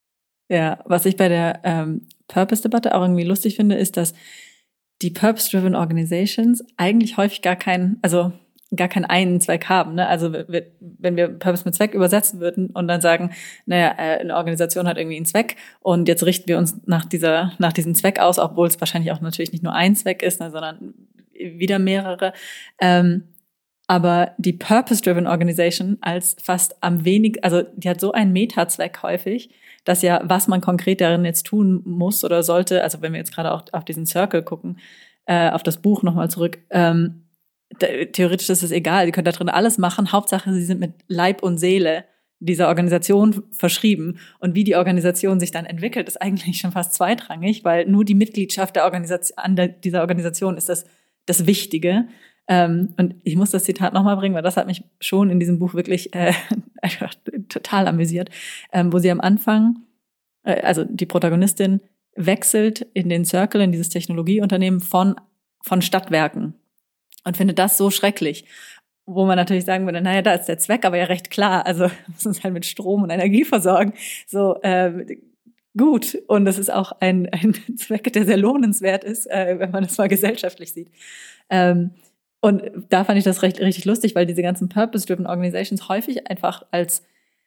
ja, was ich bei der ähm, Purpose-Debatte auch irgendwie lustig finde, ist, dass die Purpose-Driven Organizations eigentlich häufig gar keinen, also gar keinen einen Zweck haben. Ne? Also wenn wir Purpose mit Zweck übersetzen würden und dann sagen, naja, eine Organisation hat irgendwie einen Zweck und jetzt richten wir uns nach dieser, nach diesem Zweck aus, obwohl es wahrscheinlich auch natürlich nicht nur ein Zweck ist, ne, sondern wieder mehrere. Ähm, aber die Purpose-Driven Organization als fast am wenig, also die hat so einen Meta-Zweck häufig, dass ja, was man konkret darin jetzt tun muss oder sollte, also wenn wir jetzt gerade auch auf diesen Circle gucken, äh, auf das Buch nochmal zurück, ähm, da, theoretisch ist es egal, die können da drin alles machen, Hauptsache sie sind mit Leib und Seele dieser Organisation verschrieben und wie die Organisation sich dann entwickelt, ist eigentlich schon fast zweitrangig, weil nur die Mitgliedschaft der Organisation, an der, dieser Organisation ist das, das Wichtige. Ähm, und ich muss das Zitat nochmal bringen, weil das hat mich schon in diesem Buch wirklich äh, einfach total amüsiert, ähm, wo sie am Anfang, äh, also die Protagonistin wechselt in den Circle, in dieses Technologieunternehmen von, von Stadtwerken und findet das so schrecklich, wo man natürlich sagen würde, naja, da ist der Zweck aber ja recht klar, also wir müssen uns halt mit Strom und Energie versorgen, so äh, gut, und das ist auch ein, ein Zweck, der sehr lohnenswert ist, äh, wenn man das mal gesellschaftlich sieht. Ähm, Und da fand ich das recht, richtig lustig, weil diese ganzen Purpose-Driven Organizations häufig einfach als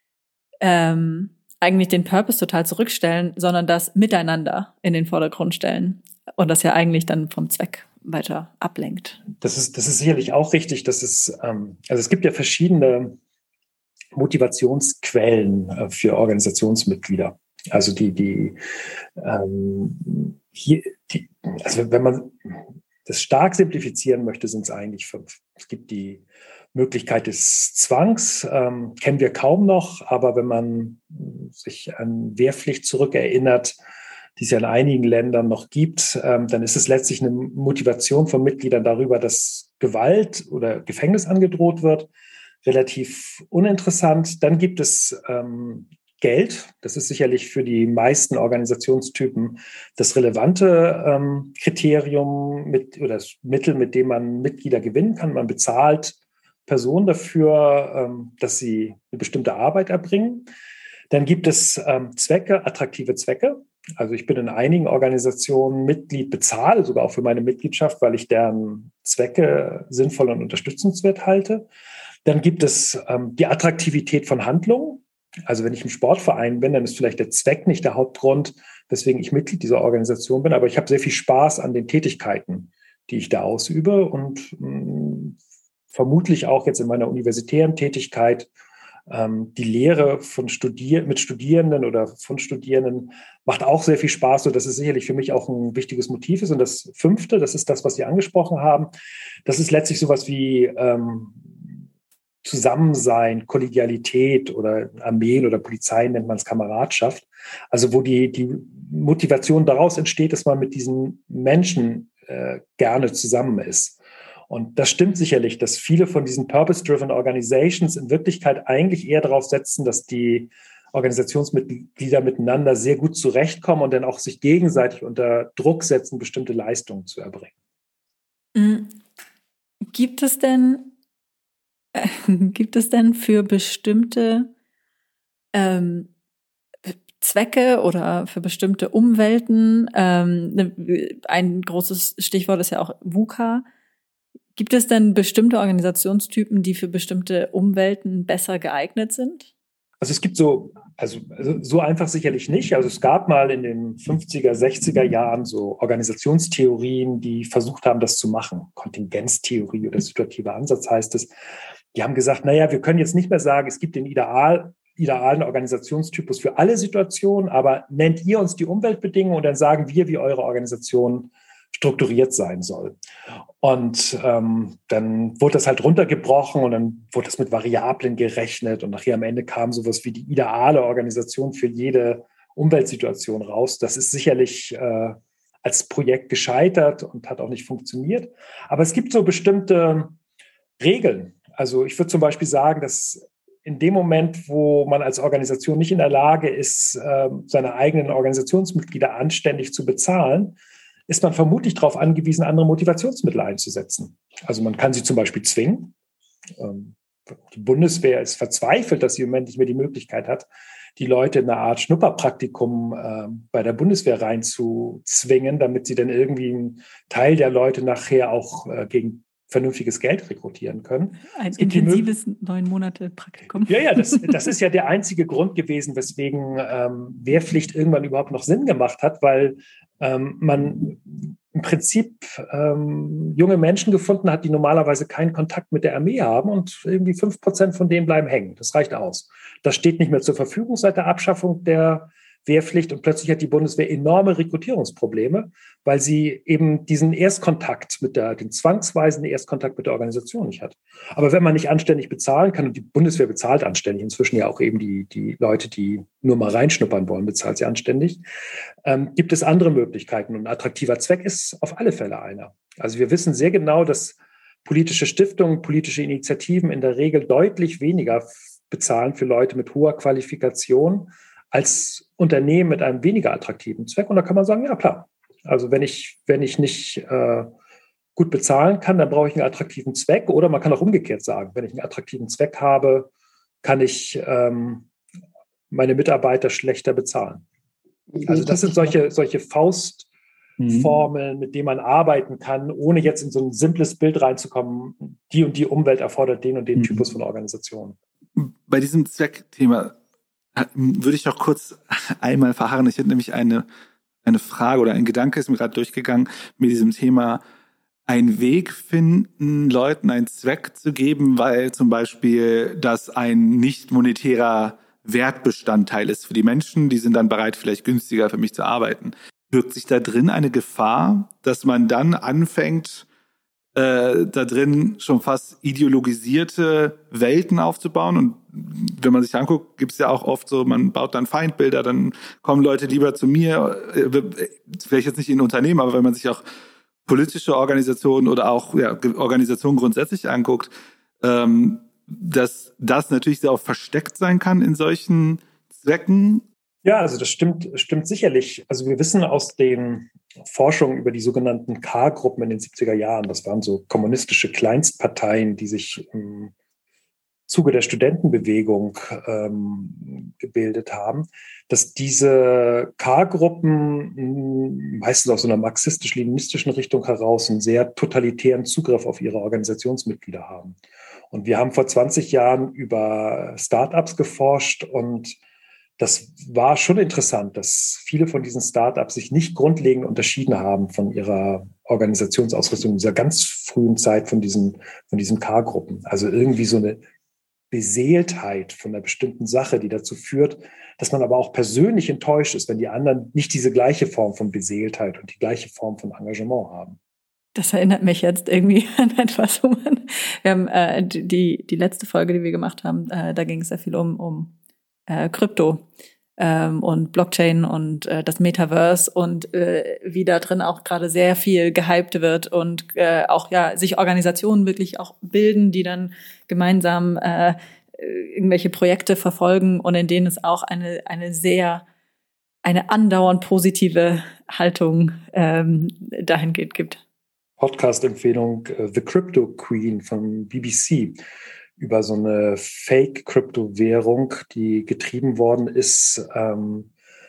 ähm, eigentlich den Purpose total zurückstellen, sondern das Miteinander in den Vordergrund stellen. Und das ja eigentlich dann vom Zweck weiter ablenkt. Das ist, das ist sicherlich auch richtig. Dass es, ähm, also es gibt ja verschiedene Motivationsquellen äh, für Organisationsmitglieder. Also die, die, ähm, hier, die, also wenn man das stark simplifizieren möchte, sind es eigentlich fünf. Es gibt die Möglichkeit des Zwangs, ähm, kennen wir kaum noch, aber wenn man sich an Wehrpflicht zurückerinnert, die es ja in einigen Ländern noch gibt, ähm, dann ist es letztlich eine Motivation von Mitgliedern darüber, dass Gewalt oder Gefängnis angedroht wird. Relativ uninteressant. Dann gibt es ähm, Geld. Das ist sicherlich für die meisten Organisationstypen das relevante ähm, Kriterium mit, oder das Mittel, mit dem man Mitglieder gewinnen kann. Man bezahlt Personen dafür, ähm, dass sie eine bestimmte Arbeit erbringen. Dann gibt es ähm, Zwecke, attraktive Zwecke. Also ich bin in einigen Organisationen Mitglied, bezahle sogar auch für meine Mitgliedschaft, weil ich deren Zwecke sinnvoll und unterstützenswert halte. Dann gibt es ähm, die Attraktivität von Handlungen. Also wenn ich im Sportverein bin, dann ist vielleicht der Zweck nicht der Hauptgrund, weswegen ich Mitglied dieser Organisation bin, aber ich habe sehr viel Spaß an den Tätigkeiten, die ich da ausübe und mh, vermutlich auch jetzt in meiner universitären Tätigkeit ähm, die Lehre von Studier- mit Studierenden oder von Studierenden macht auch sehr viel Spaß, sodass es sicherlich für mich auch ein wichtiges Motiv ist. Und das Fünfte, das ist das, was Sie angesprochen haben, das ist letztlich sowas wie ähm, Zusammensein, Kollegialität oder Armeen oder Polizei nennt man es Kameradschaft. Also wo die, die Motivation daraus entsteht, dass man mit diesen Menschen äh, gerne zusammen ist. Und das stimmt sicherlich, dass viele von diesen Purpose-Driven Organizations in Wirklichkeit eigentlich eher darauf setzen, dass die Organisationsmitglieder miteinander sehr gut zurechtkommen und dann auch sich gegenseitig unter Druck setzen, bestimmte Leistungen zu erbringen. Gibt es denn Gibt es denn für bestimmte ähm, Zwecke oder für bestimmte Umwelten, ähm, ein großes Stichwort ist ja auch VUCA, gibt es denn bestimmte Organisationstypen, die für bestimmte Umwelten besser geeignet sind? Also es gibt so, also, also so einfach sicherlich nicht. Also es gab mal in den fünfziger, sechziger Jahren so Organisationstheorien, die versucht haben, das zu machen. Kontingenztheorie oder situativer Ansatz heißt es. die haben gesagt, naja, wir können jetzt nicht mehr sagen, es gibt den Ideal, idealen Organisationstypus für alle Situationen, aber nennt ihr uns die Umweltbedingungen und dann sagen wir, wie eure Organisation strukturiert sein soll. Und ähm, dann wurde das halt runtergebrochen und dann wurde das mit Variablen gerechnet und nachher am Ende kam sowas wie die ideale Organisation für jede Umweltsituation raus. Das ist sicherlich äh, als Projekt gescheitert und hat auch nicht funktioniert. Aber es gibt so bestimmte Regeln. Also ich würde zum Beispiel sagen, dass in dem Moment, wo man als Organisation nicht in der Lage ist, äh, seine eigenen Organisationsmitglieder anständig zu bezahlen, ist man vermutlich darauf angewiesen, andere Motivationsmittel einzusetzen. Also man kann sie zum Beispiel zwingen. Ähm, die Bundeswehr ist verzweifelt, dass sie im Moment nicht mehr die Möglichkeit hat, die Leute in eine Art Schnupperpraktikum äh, bei der Bundeswehr reinzuzwingen, damit sie dann irgendwie einen Teil der Leute nachher auch äh, gegen vernünftiges Geld rekrutieren können. Ein intensives neun Monate Praktikum. Ja, ja, das, das ist ja der einzige Grund gewesen, weswegen ähm, Wehrpflicht irgendwann überhaupt noch Sinn gemacht hat, weil ähm, man im Prinzip ähm, junge Menschen gefunden hat, die normalerweise keinen Kontakt mit der Armee haben und irgendwie fünf Prozent von denen bleiben hängen. Das reicht aus. Das steht nicht mehr zur Verfügung seit der Abschaffung der Wehrpflicht und plötzlich hat die Bundeswehr enorme Rekrutierungsprobleme, weil sie eben diesen Erstkontakt mit der, den zwangsweisen Erstkontakt mit der Organisation nicht hat. Aber wenn man nicht anständig bezahlen kann, und die Bundeswehr bezahlt anständig, inzwischen ja auch eben die, die Leute, die nur mal reinschnuppern wollen, bezahlt sie anständig, ähm, gibt es andere Möglichkeiten. Und ein attraktiver Zweck ist auf alle Fälle einer. Also wir wissen sehr genau, dass politische Stiftungen, politische Initiativen in der Regel deutlich weniger bezahlen für Leute mit hoher Qualifikation als Unternehmen mit einem weniger attraktiven Zweck. Und da kann man sagen, ja klar, also wenn ich, wenn ich nicht äh, gut bezahlen kann, dann brauche ich einen attraktiven Zweck. Oder man kann auch umgekehrt sagen, wenn ich einen attraktiven Zweck habe, kann ich ähm, meine Mitarbeiter schlechter bezahlen. Also das sind solche, solche Faustformeln, mit denen man arbeiten kann, ohne jetzt in so ein simples Bild reinzukommen, die und die Umwelt erfordert den und den mhm. Typus von Organisationen. Bei diesem Zweckthema würde ich noch kurz einmal verharren. Ich hätte nämlich eine, eine Frage oder ein Gedanke ist mir gerade durchgegangen mit diesem Thema, einen Weg finden, Leuten einen Zweck zu geben, weil zum Beispiel das ein nicht monetärer Wertbestandteil ist für die Menschen. Die sind dann bereit, vielleicht günstiger für mich zu arbeiten. Birgt sich da drin eine Gefahr, dass man dann anfängt, Äh, da drin schon fast ideologisierte Welten aufzubauen. Und wenn man sich anguckt, gibt es ja auch oft so, man baut dann Feindbilder, dann kommen Leute lieber zu mir, äh, vielleicht jetzt nicht in Unternehmen, aber wenn man sich auch politische Organisationen oder auch ja, Organisationen grundsätzlich anguckt, ähm, dass das natürlich sehr oft versteckt sein kann in solchen Zwecken. Ja, also das stimmt, stimmt sicherlich. Also wir wissen aus den Forschungen über die sogenannten K-Gruppen in den siebziger Jahren, das waren so kommunistische Kleinstparteien, die sich im Zuge der Studentenbewegung ähm, gebildet haben, dass diese K-Gruppen meistens aus so einer marxistisch-leninistischen Richtung heraus einen sehr totalitären Zugriff auf ihre Organisationsmitglieder haben. Und wir haben vor zwanzig Jahren über Startups geforscht und das war schon interessant, dass viele von diesen Startups sich nicht grundlegend unterschieden haben von ihrer Organisationsausrüstung in dieser ganz frühen Zeit von diesen, von diesen K-Gruppen. Also irgendwie so eine Beseeltheit von einer bestimmten Sache, die dazu führt, dass man aber auch persönlich enttäuscht ist, wenn die anderen nicht diese gleiche Form von Beseeltheit und die gleiche Form von Engagement haben. Das erinnert mich jetzt irgendwie an etwas, wo man, wir haben äh, die, die letzte Folge, die wir gemacht haben, äh, da ging es sehr viel um, um Äh, Krypto ähm, und Blockchain und äh, das Metaverse und äh, wie da drin auch gerade sehr viel gehypt wird und äh, auch ja sich Organisationen wirklich auch bilden, die dann gemeinsam äh, irgendwelche Projekte verfolgen und in denen es auch eine eine sehr eine andauernd positive Haltung ähm, dahingehend gibt. Podcast-Empfehlung uh, The Crypto Queen von B B C über so eine Fake-Kryptowährung, die getrieben worden ist ähm,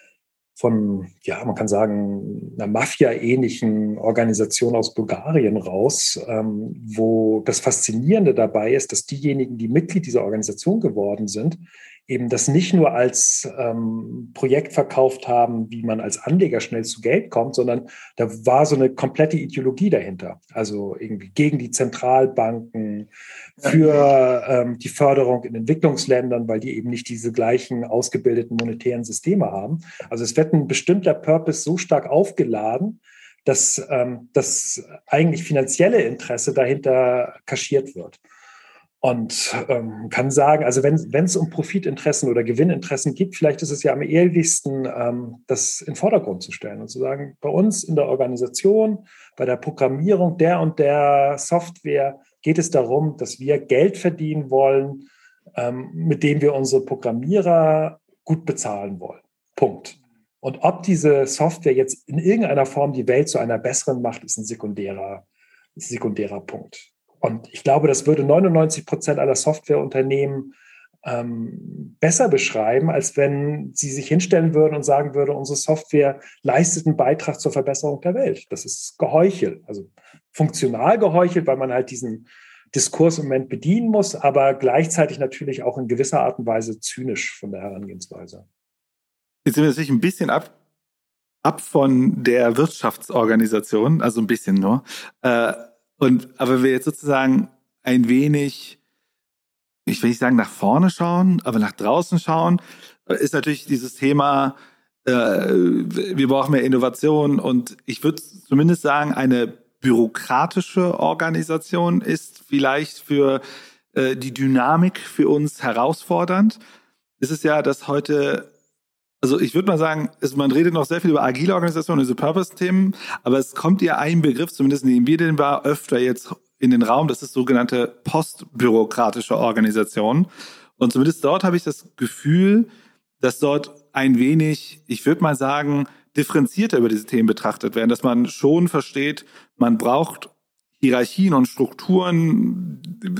von, ja, man kann sagen, einer Mafia-ähnlichen Organisation aus Bulgarien raus, ähm, wo das Faszinierende dabei ist, dass diejenigen, die Mitglied dieser Organisation geworden sind, eben das nicht nur als ähm, Projekt verkauft haben, wie man als Anleger schnell zu Geld kommt, sondern da war so eine komplette Ideologie dahinter. Also irgendwie gegen die Zentralbanken, für ähm, die Förderung in Entwicklungsländern, weil die eben nicht diese gleichen ausgebildeten monetären Systeme haben. Also es wird ein bestimmter Purpose so stark aufgeladen, dass ähm, das eigentlich finanzielle Interesse dahinter kaschiert wird. Und ähm, kann sagen, also wenn wenn es um Profitinteressen oder Gewinninteressen geht, vielleicht ist es ja am ehrlichsten, ähm, das in den Vordergrund zu stellen und zu sagen, bei uns in der Organisation, bei der Programmierung der und der Software geht es darum, dass wir Geld verdienen wollen, ähm, mit dem wir unsere Programmierer gut bezahlen wollen. Punkt. Und ob diese Software jetzt in irgendeiner Form die Welt zu einer besseren macht, ist ein sekundärer, sekundärer Punkt. Und ich glaube, das würde neunundneunzig Prozent aller Softwareunternehmen ähm, besser beschreiben, als wenn sie sich hinstellen würden und sagen würden, unsere Software leistet einen Beitrag zur Verbesserung der Welt. Das ist Geheuchel, also funktional geheuchelt, weil man halt diesen Diskurs im Moment bedienen muss, aber gleichzeitig natürlich auch in gewisser Art und Weise zynisch von der Herangehensweise. Jetzt sind wir natürlich ein bisschen ab, ab von der Wirtschaftsorganisation, also ein bisschen nur. Äh, Und, aber wir jetzt sozusagen ein wenig, ich will nicht sagen nach vorne schauen, aber nach draußen schauen, ist natürlich dieses Thema, äh, wir brauchen mehr Innovation, und ich würde zumindest sagen, eine bürokratische Organisation ist vielleicht für äh, die Dynamik für uns herausfordernd. Es ist ja, dass heute, also ich würde mal sagen, es, man redet noch sehr viel über agile Organisationen, diese Purpose-Themen, aber es kommt ja ein Begriff, zumindest nehmen wir den war öfter jetzt in den Raum, das ist sogenannte postbürokratische Organisation. Und zumindest dort habe ich das Gefühl, dass dort ein wenig, ich würde mal sagen, differenzierter über diese Themen betrachtet werden, dass man schon versteht, man braucht Hierarchien und Strukturen,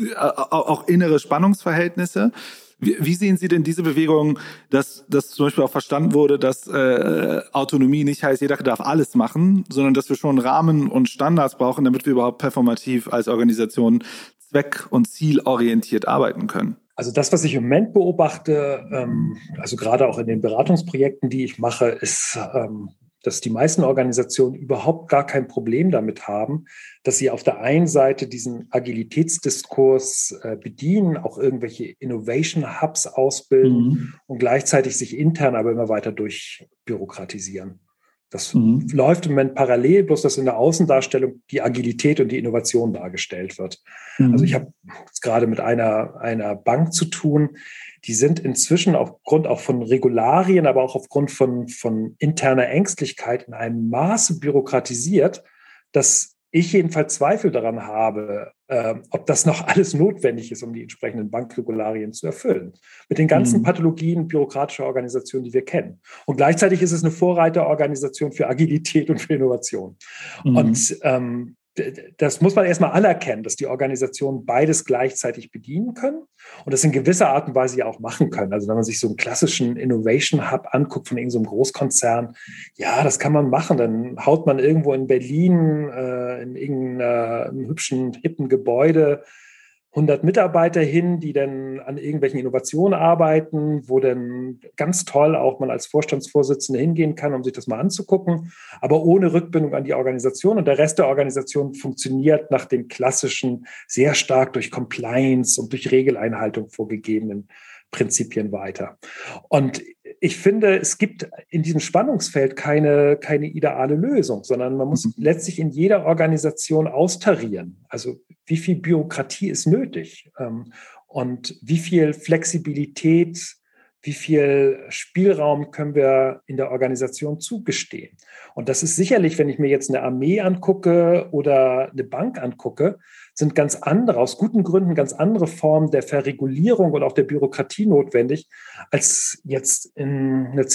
auch innere Spannungsverhältnisse. Wie, wie sehen Sie denn diese Bewegung, dass, dass zum Beispiel auch verstanden wurde, dass äh, Autonomie nicht heißt, jeder darf alles machen, sondern dass wir schon Rahmen und Standards brauchen, damit wir überhaupt performativ als Organisation zweck- und zielorientiert arbeiten können? Also das, was ich im Moment beobachte, ähm, also gerade auch in den Beratungsprojekten, die ich mache, ist, ähm, dass die meisten Organisationen überhaupt gar kein Problem damit haben, dass sie auf der einen Seite diesen Agilitätsdiskurs äh, bedienen, auch irgendwelche Innovation Hubs ausbilden mhm. und gleichzeitig sich intern aber immer weiter durchbürokratisieren. Das mhm. läuft im Moment parallel, bloß dass in der Außendarstellung die Agilität und die Innovation dargestellt wird. Mhm. Also ich habe jetzt gerade mit einer, einer Bank zu tun, die sind inzwischen aufgrund auch von Regularien, aber auch aufgrund von, von interner Ängstlichkeit in einem Maße bürokratisiert, dass ich jedenfalls Zweifel daran habe, äh, ob das noch alles notwendig ist, um die entsprechenden Bankregularien zu erfüllen. Mit den ganzen mhm. Pathologien bürokratischer Organisationen, die wir kennen. Und gleichzeitig ist es eine Vorreiterorganisation für Agilität und für Innovation. Mhm. Und ähm, das muss man erstmal anerkennen, dass die Organisationen beides gleichzeitig bedienen können und das in gewisser Art und Weise ja auch machen können. Also wenn man sich so einen klassischen Innovation Hub anguckt von irgendeinem Großkonzern, ja, das kann man machen. Dann haut man irgendwo in Berlin äh, in irgendeinem hübschen, hippen Gebäude hundert Mitarbeiter hin, die dann an irgendwelchen Innovationen arbeiten, wo dann ganz toll auch man als Vorstandsvorsitzender hingehen kann, um sich das mal anzugucken, aber ohne Rückbindung an die Organisation. Und der Rest der Organisation funktioniert nach den klassischen, sehr stark durch Compliance und durch Regeleinhaltung vorgegebenen Prinzipien weiter. Und ich finde, es gibt in diesem Spannungsfeld keine, keine ideale Lösung, sondern man muss mhm. letztlich in jeder Organisation austarieren. Also wie viel Bürokratie ist nötig ähm, und wie viel Flexibilität, wie viel Spielraum können wir in der Organisation zugestehen. Und das ist sicherlich, wenn ich mir jetzt eine Armee angucke oder eine Bank angucke, sind ganz andere, aus guten Gründen ganz andere Formen der Verregulierung und auch der Bürokratie notwendig, als jetzt in einer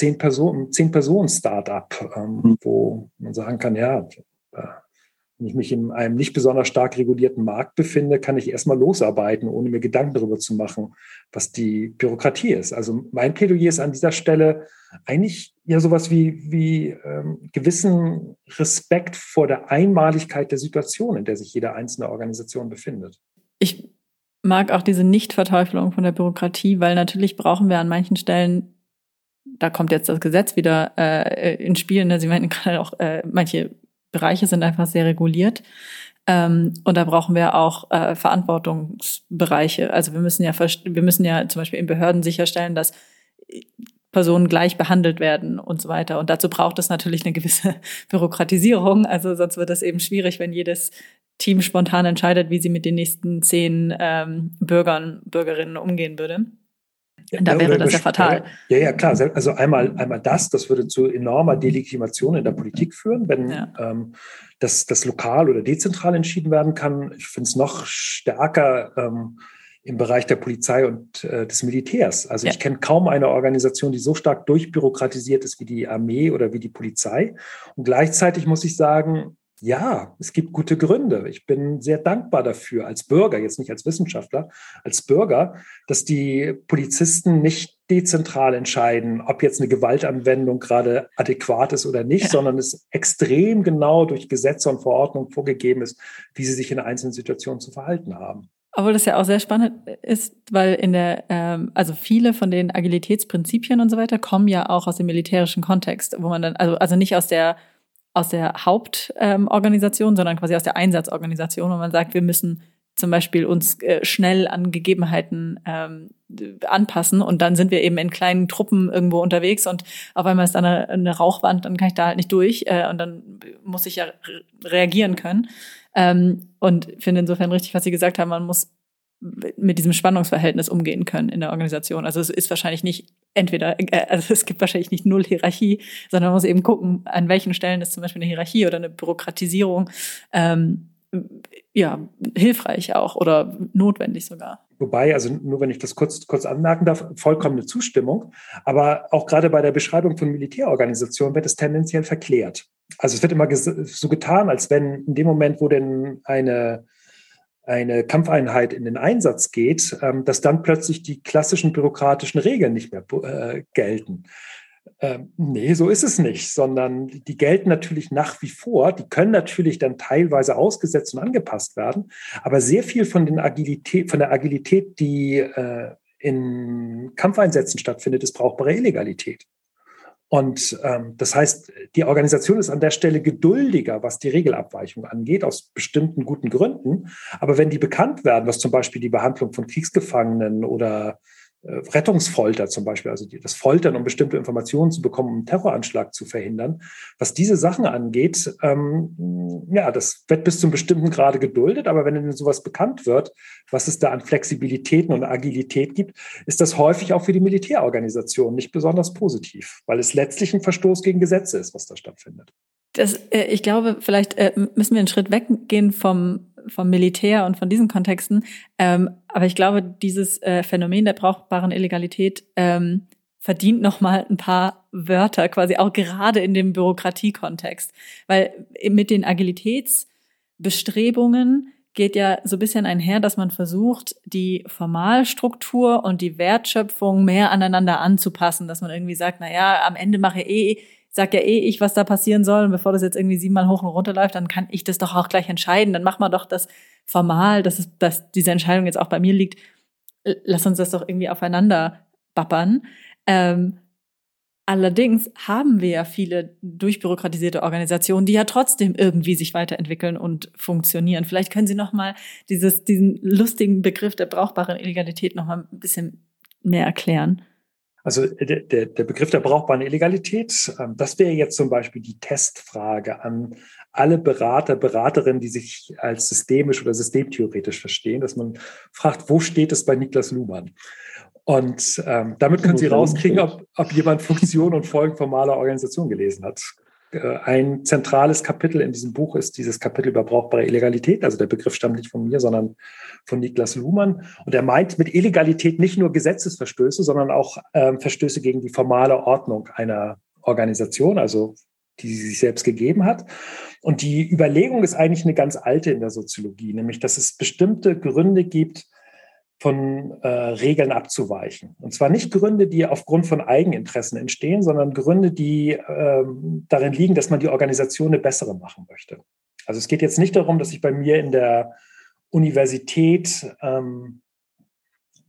Zehn-Personen-Startup, ähm, wo man sagen kann, ja, äh, wenn ich mich in einem nicht besonders stark regulierten Markt befinde, kann ich erstmal losarbeiten, ohne mir Gedanken darüber zu machen, was die Bürokratie ist. Also mein Plädoyer ist an dieser Stelle eigentlich ja sowas wie, wie ähm, gewissen Respekt vor der Einmaligkeit der Situation, in der sich jede einzelne Organisation befindet. Ich mag auch diese Nichtverteufelung von der Bürokratie, weil natürlich brauchen wir an manchen Stellen, da kommt jetzt das Gesetz wieder äh, ins Spiel, ne? Sie meinten gerade auch, äh, manche Bereiche sind einfach sehr reguliert. Ähm, und da brauchen wir auch äh, Verantwortungsbereiche. Also wir müssen ja wir müssen ja zum Beispiel in Behörden sicherstellen, dass Personen gleich behandelt werden und so weiter. Und dazu braucht es natürlich eine gewisse Bürokratisierung. Also sonst wird es eben schwierig, wenn jedes Team spontan entscheidet, wie sie mit den nächsten zehn ähm, Bürgern, Bürgerinnen umgehen würde. Ja, da wäre das ja über- fatal. Ja, ja, klar. Also einmal, einmal das, das würde zu enormer Delegitimation in der Politik führen, wenn Ja. ähm, das, das lokal oder dezentral entschieden werden kann. Ich finde es noch stärker ähm, im Bereich der Polizei und äh, des Militärs. Also Ja. ich kenne kaum eine Organisation, die so stark durchbürokratisiert ist wie die Armee oder wie die Polizei. Und gleichzeitig muss ich sagen, ja, es gibt gute Gründe. Ich bin sehr dankbar dafür, als Bürger, jetzt nicht als Wissenschaftler, als Bürger, dass die Polizisten nicht dezentral entscheiden, ob jetzt eine Gewaltanwendung gerade adäquat ist oder nicht, Ja. sondern es extrem genau durch Gesetze und Verordnungen vorgegeben ist, wie sie sich in einzelnen Situationen zu verhalten haben. Obwohl das ja auch sehr spannend ist, weil in der, ähm, also viele von den Agilitätsprinzipien und so weiter kommen ja auch aus dem militärischen Kontext, wo man dann, also, also nicht aus der aus der Hauptorganisation, ähm, sondern quasi aus der Einsatzorganisation, wo man sagt, wir müssen zum Beispiel uns äh, schnell an Gegebenheiten ähm, anpassen und dann sind wir eben in kleinen Truppen irgendwo unterwegs und auf einmal ist da eine, eine Rauchwand, dann kann ich da halt nicht durch äh, und dann muss ich ja re- reagieren können. Ähm, und finde insofern richtig, was Sie gesagt haben, man muss mit diesem Spannungsverhältnis umgehen können in der Organisation. Also es ist wahrscheinlich nicht entweder, also es gibt wahrscheinlich nicht null Hierarchie, sondern man muss eben gucken, an welchen Stellen ist zum Beispiel eine Hierarchie oder eine Bürokratisierung ähm, ja, hilfreich auch oder notwendig sogar. Wobei, also nur wenn ich das kurz, kurz anmerken darf, vollkommene Zustimmung. Aber auch gerade bei der Beschreibung von Militärorganisationen wird es tendenziell verklärt. Also es wird immer so getan, als wenn in dem Moment, wo denn eine eine Kampfeinheit in den Einsatz geht, ähm, dass dann plötzlich die klassischen bürokratischen Regeln nicht mehr äh, gelten. Ähm, nee, so ist es nicht, sondern die gelten natürlich nach wie vor. Die können natürlich dann teilweise ausgesetzt und angepasst werden, aber sehr viel von, den Agilität, von der Agilität, die äh, in Kampfeinsätzen stattfindet, ist brauchbare Illegalität. Und ähm, das heißt, die Organisation ist an der Stelle geduldiger, was die Regelabweichung angeht, aus bestimmten guten Gründen. Aber wenn die bekannt werden, was zum Beispiel die Behandlung von Kriegsgefangenen oder äh, Rettungsfolter zum Beispiel, also die, das Foltern, um bestimmte Informationen zu bekommen, um einen Terroranschlag zu verhindern, was diese Sachen angeht, ähm, ja, das wird bis zu einem bestimmten Grade geduldet. Aber wenn Ihnen sowas bekannt wird, was es da an Flexibilitäten und Agilität gibt, ist das häufig auch für die Militärorganisation nicht besonders positiv, weil es letztlich ein Verstoß gegen Gesetze ist, was da stattfindet. Das, äh, ich glaube, vielleicht äh, müssen wir einen Schritt weggehen vom, vom Militär und von diesen Kontexten. Ähm, aber ich glaube, dieses äh, Phänomen der brauchbaren Illegalität ähm, verdient noch mal ein paar Wörter, quasi auch gerade in dem Bürokratiekontext. Weil mit den Agilitätsbestrebungen geht ja so ein bisschen einher, dass man versucht, die Formalstruktur und die Wertschöpfung mehr aneinander anzupassen, dass man irgendwie sagt, na ja, am Ende mache eh, sag ja eh ich, was da passieren soll, und bevor das jetzt irgendwie siebenmal hoch und runter läuft, dann kann ich das doch auch gleich entscheiden, dann machen wir doch das formal, dass, es, dass diese Entscheidung jetzt auch bei mir liegt, lass uns das doch irgendwie aufeinander bappern. Ähm, Allerdings haben wir ja viele durchbürokratisierte Organisationen, die ja trotzdem irgendwie sich weiterentwickeln und funktionieren. Vielleicht können Sie noch mal dieses, diesen lustigen Begriff der brauchbaren Illegalität noch mal ein bisschen mehr erklären. Also der, der, der Begriff der brauchbaren Illegalität, das wäre jetzt zum Beispiel die Testfrage an alle Berater, Beraterinnen, die sich als systemisch oder systemtheoretisch verstehen, dass man fragt, wo steht es bei Niklas Luhmann? Und ähm, damit können Sie rauskriegen, ob, ob jemand Funktion und Folgen formaler Organisation gelesen hat. Äh, ein zentrales Kapitel in diesem Buch ist dieses Kapitel über brauchbare Illegalität. Also der Begriff stammt nicht von mir, sondern von Niklas Luhmann. Und er meint mit Illegalität nicht nur Gesetzesverstöße, sondern auch ähm, Verstöße gegen die formale Ordnung einer Organisation, also die sie sich selbst gegeben hat. Und die Überlegung ist eigentlich eine ganz alte in der Soziologie, nämlich dass es bestimmte Gründe gibt, von äh, Regeln abzuweichen. Und zwar nicht Gründe, die aufgrund von Eigeninteressen entstehen, sondern Gründe, die ähm, darin liegen, dass man die Organisation eine bessere machen möchte. Also es geht jetzt nicht darum, dass ich bei mir in der Universität ähm,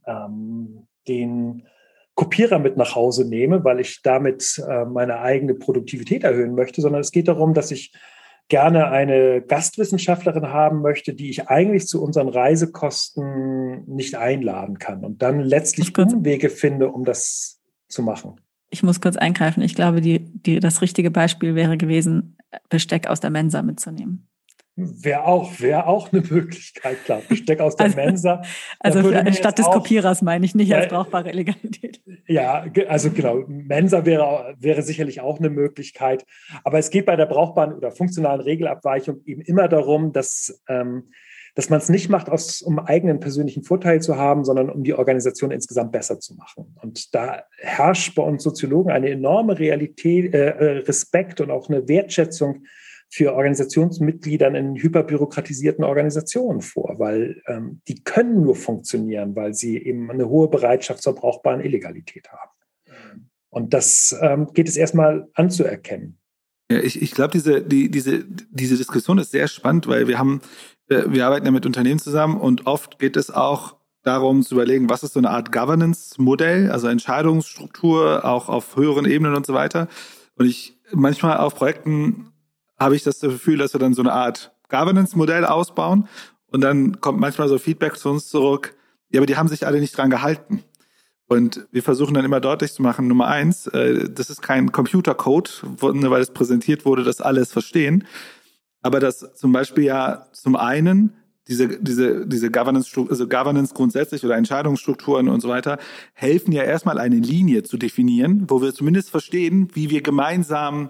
ähm, den Kopierer mit nach Hause nehme, weil ich damit äh, meine eigene Produktivität erhöhen möchte, sondern es geht darum, dass ich gerne eine Gastwissenschaftlerin haben möchte, die ich eigentlich zu unseren Reisekosten nicht einladen kann und dann letztlich Umwege finde, um das zu machen. Ich muss kurz eingreifen. Ich glaube, die, die, das richtige Beispiel wäre gewesen, Besteck aus der Mensa mitzunehmen. Wäre auch, wär auch eine Möglichkeit, klar. Besteck aus der also, Mensa. Also für anstatt des auch, Kopierers meine ich, nicht als brauchbare Illegalität. Ja, also genau. Mensa wäre, wäre sicherlich auch eine Möglichkeit. Aber es geht bei der brauchbaren oder funktionalen Regelabweichung eben immer darum, dass, ähm, dass man es nicht macht, aus, um eigenen persönlichen Vorteil zu haben, sondern um die Organisation insgesamt besser zu machen. Und da herrscht bei uns Soziologen eine enorme Realität, äh, Respekt und auch eine Wertschätzung für Organisationsmitgliedern in hyperbürokratisierten Organisationen vor, weil ähm, die können nur funktionieren, weil sie eben eine hohe Bereitschaft zur brauchbaren Illegalität haben. Und das ähm, geht es erstmal anzuerkennen. Ja, ich, ich glaube, diese, die, diese, diese Diskussion ist sehr spannend, weil wir haben, äh, wir arbeiten ja mit Unternehmen zusammen und oft geht es auch darum zu überlegen, was ist so eine Art Governance-Modell, also Entscheidungsstruktur, auch auf höheren Ebenen und so weiter. Und ich manchmal auf Projekten habe ich das Gefühl, dass wir dann so eine Art Governance-Modell ausbauen und dann kommt manchmal so Feedback zu uns zurück, ja, aber die haben sich alle nicht dran gehalten. Und wir versuchen dann immer deutlich zu machen, Nummer eins, äh, das ist kein Computercode, weil es präsentiert wurde, dass alle es verstehen, aber dass zum Beispiel ja zum einen diese, diese, diese Governance, also Governance grundsätzlich oder Entscheidungsstrukturen und so weiter helfen ja erstmal eine Linie zu definieren, wo wir zumindest verstehen, wie wir gemeinsam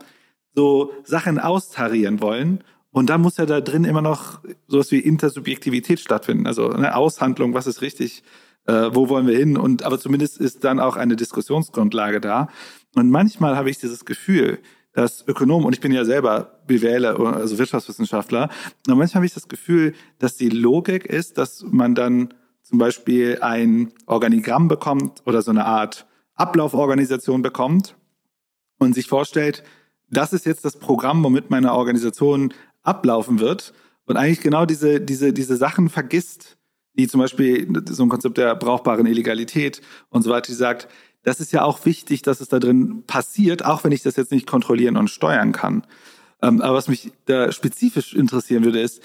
so Sachen austarieren wollen. Und dann muss ja da drin immer noch sowas wie Intersubjektivität stattfinden. Also eine Aushandlung, was ist richtig, äh, wo wollen wir hin? Und aber zumindest ist dann auch eine Diskussionsgrundlage da. Und manchmal habe ich dieses Gefühl, dass Ökonomen, und ich bin ja selber B W Ler, also Wirtschaftswissenschaftler, und manchmal habe ich das Gefühl, dass die Logik ist, dass man dann zum Beispiel ein Organigramm bekommt oder so eine Art Ablauforganisation bekommt und sich vorstellt, das ist jetzt das Programm, womit meine Organisation ablaufen wird und eigentlich genau diese, diese, diese Sachen vergisst, die zum Beispiel so ein Konzept der brauchbaren Illegalität und so weiter, die sagt, das ist ja auch wichtig, dass es da drin passiert, auch wenn ich das jetzt nicht kontrollieren und steuern kann. Ähm, aber was mich da spezifisch interessieren würde, ist,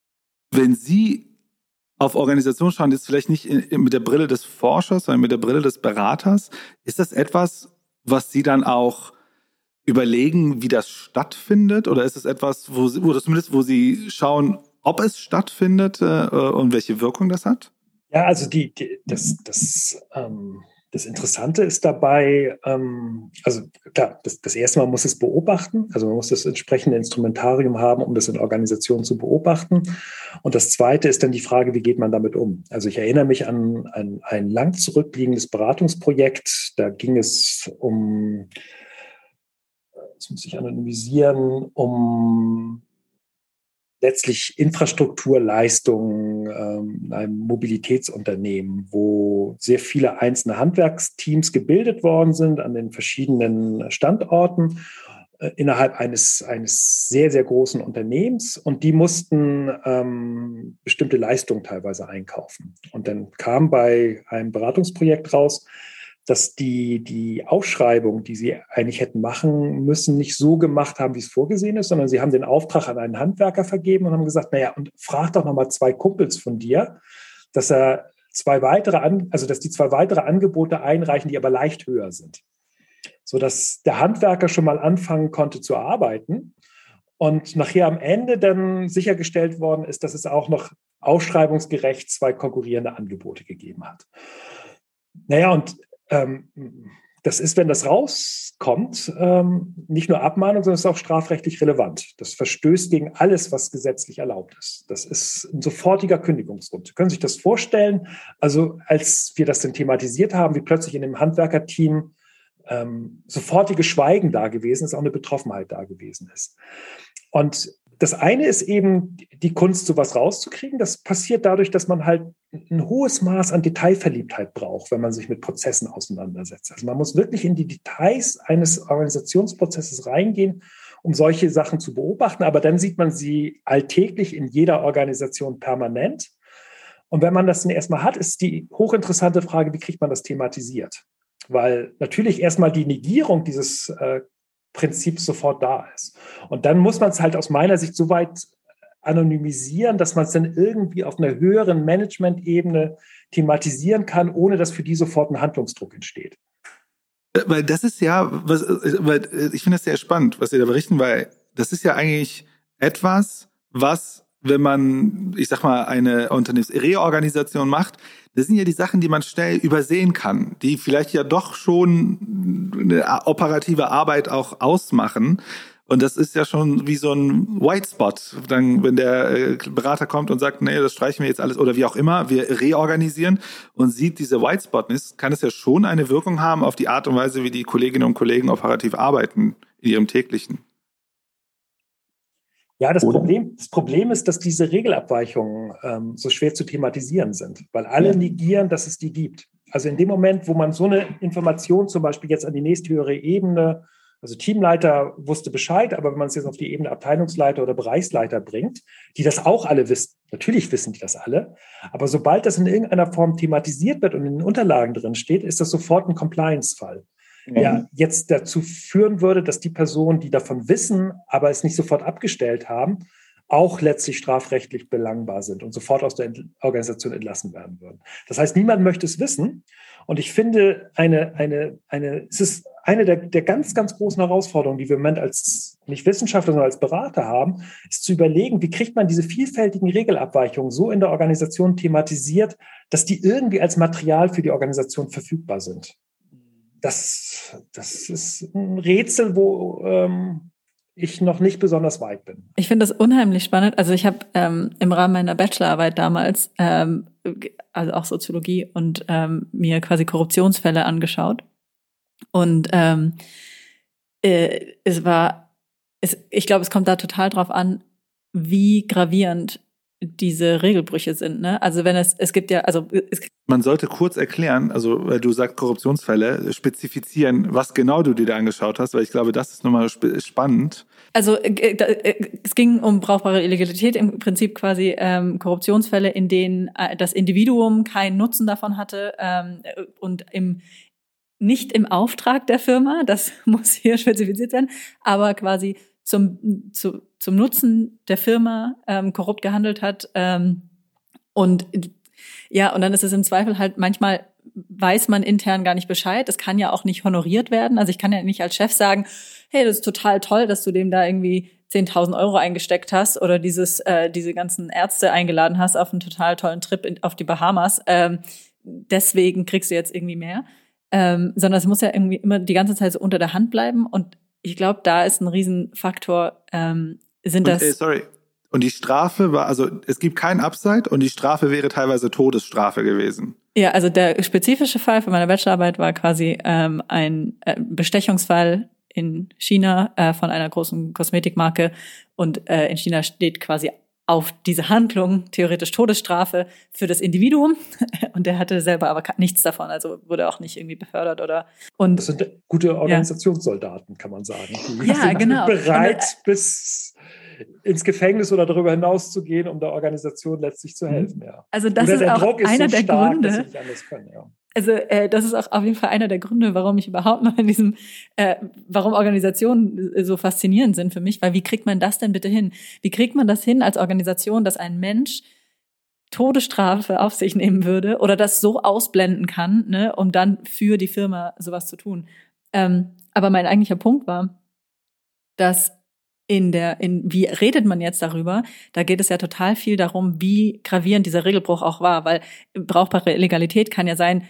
wenn Sie auf Organisationen schauen, jetzt vielleicht nicht in, in, mit der Brille des Forschers, sondern mit der Brille des Beraters, ist das etwas, was Sie dann auch überlegen, wie das stattfindet? Oder ist es etwas, wo Sie, oder zumindest, wo Sie schauen, ob es stattfindet äh, und welche Wirkung das hat? Ja, also die, die, das, das, ähm, das Interessante ist dabei, ähm, also klar, das, das erste Mal muss es beobachten, also man muss das entsprechende Instrumentarium haben, um das in Organisationen zu beobachten. Und das Zweite ist dann die Frage, wie geht man damit um? Also ich erinnere mich an, an ein lang zurückliegendes Beratungsprojekt, da ging es um das muss ich anonymisieren, um letztlich Infrastrukturleistungen ähm, in einem Mobilitätsunternehmen, wo sehr viele einzelne Handwerksteams gebildet worden sind an den verschiedenen Standorten äh, innerhalb eines, eines sehr, sehr großen Unternehmens und die mussten ähm, bestimmte Leistungen teilweise einkaufen. Und dann kam bei einem Beratungsprojekt raus, dass die, die Ausschreibung, die sie eigentlich hätten machen müssen, nicht so gemacht haben, wie es vorgesehen ist, sondern sie haben den Auftrag an einen Handwerker vergeben und haben gesagt, naja, und frag doch nochmal zwei Kumpels von dir, dass er zwei weitere, also dass die zwei weitere Angebote einreichen, die aber leicht höher sind. Sodass der Handwerker schon mal anfangen konnte zu arbeiten und nachher am Ende dann sichergestellt worden ist, dass es auch noch ausschreibungsgerecht zwei konkurrierende Angebote gegeben hat. Naja, und Ähm, das ist, wenn das rauskommt, ähm, nicht nur Abmahnung, sondern es ist auch strafrechtlich relevant. Das verstößt gegen alles, was gesetzlich erlaubt ist. Das ist ein sofortiger Kündigungsgrund. Sie können sich das vorstellen, also als wir das dann thematisiert haben, wie plötzlich in dem Handwerkerteam ähm, sofortiges Schweigen da gewesen ist, auch eine Betroffenheit da gewesen ist. Und das eine ist eben die Kunst, sowas rauszukriegen. Das passiert dadurch, dass man halt ein hohes Maß an Detailverliebtheit braucht, wenn man sich mit Prozessen auseinandersetzt. Also man muss wirklich in die Details eines Organisationsprozesses reingehen, um solche Sachen zu beobachten. Aber dann sieht man sie alltäglich in jeder Organisation permanent. Und wenn man das dann erstmal hat, ist die hochinteressante Frage, wie kriegt man das thematisiert? Weil natürlich erstmal die Negierung dieses äh, Prinzips sofort da ist. Und dann muss man es halt aus meiner Sicht so weit anonymisieren, dass man es dann irgendwie auf einer höheren Management-Ebene thematisieren kann, ohne dass für die sofort ein Handlungsdruck entsteht. Weil das ist ja, was, weil ich finde das sehr spannend, was Sie da berichten, weil das ist ja eigentlich etwas, was, wenn man, ich sag mal, eine Unternehmensreorganisation macht, das sind ja die Sachen, die man schnell übersehen kann, die vielleicht ja doch schon eine operative Arbeit auch ausmachen. Und das ist ja schon wie so ein White Spot, dann, wenn der Berater kommt und sagt, nee, das streichen wir jetzt alles oder wie auch immer, wir reorganisieren und sieht diese White Spot ist, kann es ja schon eine Wirkung haben auf die Art und Weise, wie die Kolleginnen und Kollegen operativ arbeiten in ihrem täglichen. Ja, das Problem, das Problem ist, dass diese Regelabweichungen ähm, so schwer zu thematisieren sind, weil alle negieren, dass es die gibt. Also in dem Moment, wo man so eine Information zum Beispiel jetzt an die nächsthöhere Ebene, also Teamleiter wusste Bescheid, aber wenn man es jetzt auf die Ebene Abteilungsleiter oder Bereichsleiter bringt, die das auch alle wissen, natürlich wissen die das alle, aber sobald das in irgendeiner Form thematisiert wird und in den Unterlagen drin steht, ist das sofort ein Compliance-Fall. Der jetzt dazu führen würde, dass die Personen, die davon wissen, aber es nicht sofort abgestellt haben, auch letztlich strafrechtlich belangbar sind und sofort aus der Organisation entlassen werden würden. Das heißt, niemand möchte es wissen. Und ich finde, eine, eine, eine, es ist eine der, der ganz, ganz großen Herausforderungen, die wir im Moment als nicht Wissenschaftler, sondern als Berater haben, ist zu überlegen, wie kriegt man diese vielfältigen Regelabweichungen so in der Organisation thematisiert, dass die irgendwie als Material für die Organisation verfügbar sind. Das, das ist ein Rätsel, wo ähm, ich noch nicht besonders weit bin. Ich finde das unheimlich spannend. Also ich habe ähm, im Rahmen meiner Bachelorarbeit damals, ähm, also auch Soziologie, und ähm, mir quasi Korruptionsfälle angeschaut. Und ähm, äh, es war, es, ich glaube, es kommt da total drauf an, wie gravierend diese Regelbrüche sind, ne? Also wenn es, es gibt ja, also es man sollte kurz erklären, also weil du sagst Korruptionsfälle, spezifizieren, was genau du dir da angeschaut hast, weil ich glaube, das ist nochmal sp- spannend. Also äh, es ging um brauchbare Illegalität, im Prinzip quasi ähm, Korruptionsfälle, in denen äh, das Individuum keinen Nutzen davon hatte ähm, und im nicht im Auftrag der Firma, das muss hier spezifiziert werden, aber quasi zum, zu, zum Nutzen der Firma ähm, korrupt gehandelt hat. Ähm, und ja, und dann ist es im Zweifel halt, manchmal weiß man intern gar nicht Bescheid. Das kann ja auch nicht honoriert werden. Also ich kann ja nicht als Chef sagen, hey, das ist total toll, dass du dem da irgendwie zehntausend Euro eingesteckt hast oder dieses äh, diese ganzen Ärzte eingeladen hast auf einen total tollen Trip in, auf die Bahamas. Ähm, deswegen kriegst du jetzt irgendwie mehr. Ähm, sondern es muss ja irgendwie immer die ganze Zeit so unter der Hand bleiben. Und ich glaube, da ist ein Riesenfaktor, ähm, sind das... Und, äh, sorry, und die Strafe war, also es gibt keinen Upside und die Strafe wäre teilweise Todesstrafe gewesen. Ja, also der spezifische Fall von meiner Bachelorarbeit war quasi ähm, ein äh, Bestechungsfall in China äh, von einer großen Kosmetikmarke. Und äh, in China steht quasi auf diese Handlung theoretisch Todesstrafe für das Individuum. Und der hatte selber aber nichts davon, also wurde auch nicht irgendwie befördert oder. Und das sind gute Organisationssoldaten, ja. Kann man sagen. Die ja, sind genau. bereit, und, bis ins Gefängnis oder darüber hinaus zu gehen, um der Organisation letztlich zu helfen. Ja. Also das oder ist der auch Druck ist einer so der stark, Gründe. dass sie nicht anders können. Ja. Also äh, das ist auch auf jeden Fall einer der Gründe, warum ich überhaupt noch in diesem, äh, warum Organisationen so faszinierend sind für mich, weil wie kriegt man das denn bitte hin? Wie kriegt man das hin als Organisation, dass ein Mensch Todesstrafe auf sich nehmen würde oder das so ausblenden kann, ne, um dann für die Firma sowas zu tun? Ähm, aber mein eigentlicher Punkt war, dass in der, in, wie redet man jetzt darüber? Da geht es ja total viel darum, wie gravierend dieser Regelbruch auch war, weil brauchbare Illegalität kann ja sein,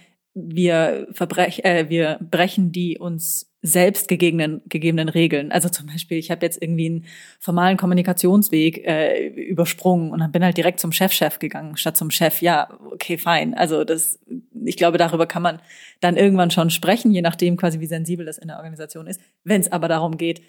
wir verbrech, äh, wir brechen die uns selbst gegebenen, gegebenen Regeln. Also zum Beispiel, ich habe jetzt irgendwie einen formalen Kommunikationsweg äh, übersprungen und dann bin halt direkt zum Chefchef gegangen, statt zum Chef. Ja, okay, fein. Also das, ich glaube, darüber kann man dann irgendwann schon sprechen, je nachdem quasi, wie sensibel das in der Organisation ist. Wenn es aber darum geht,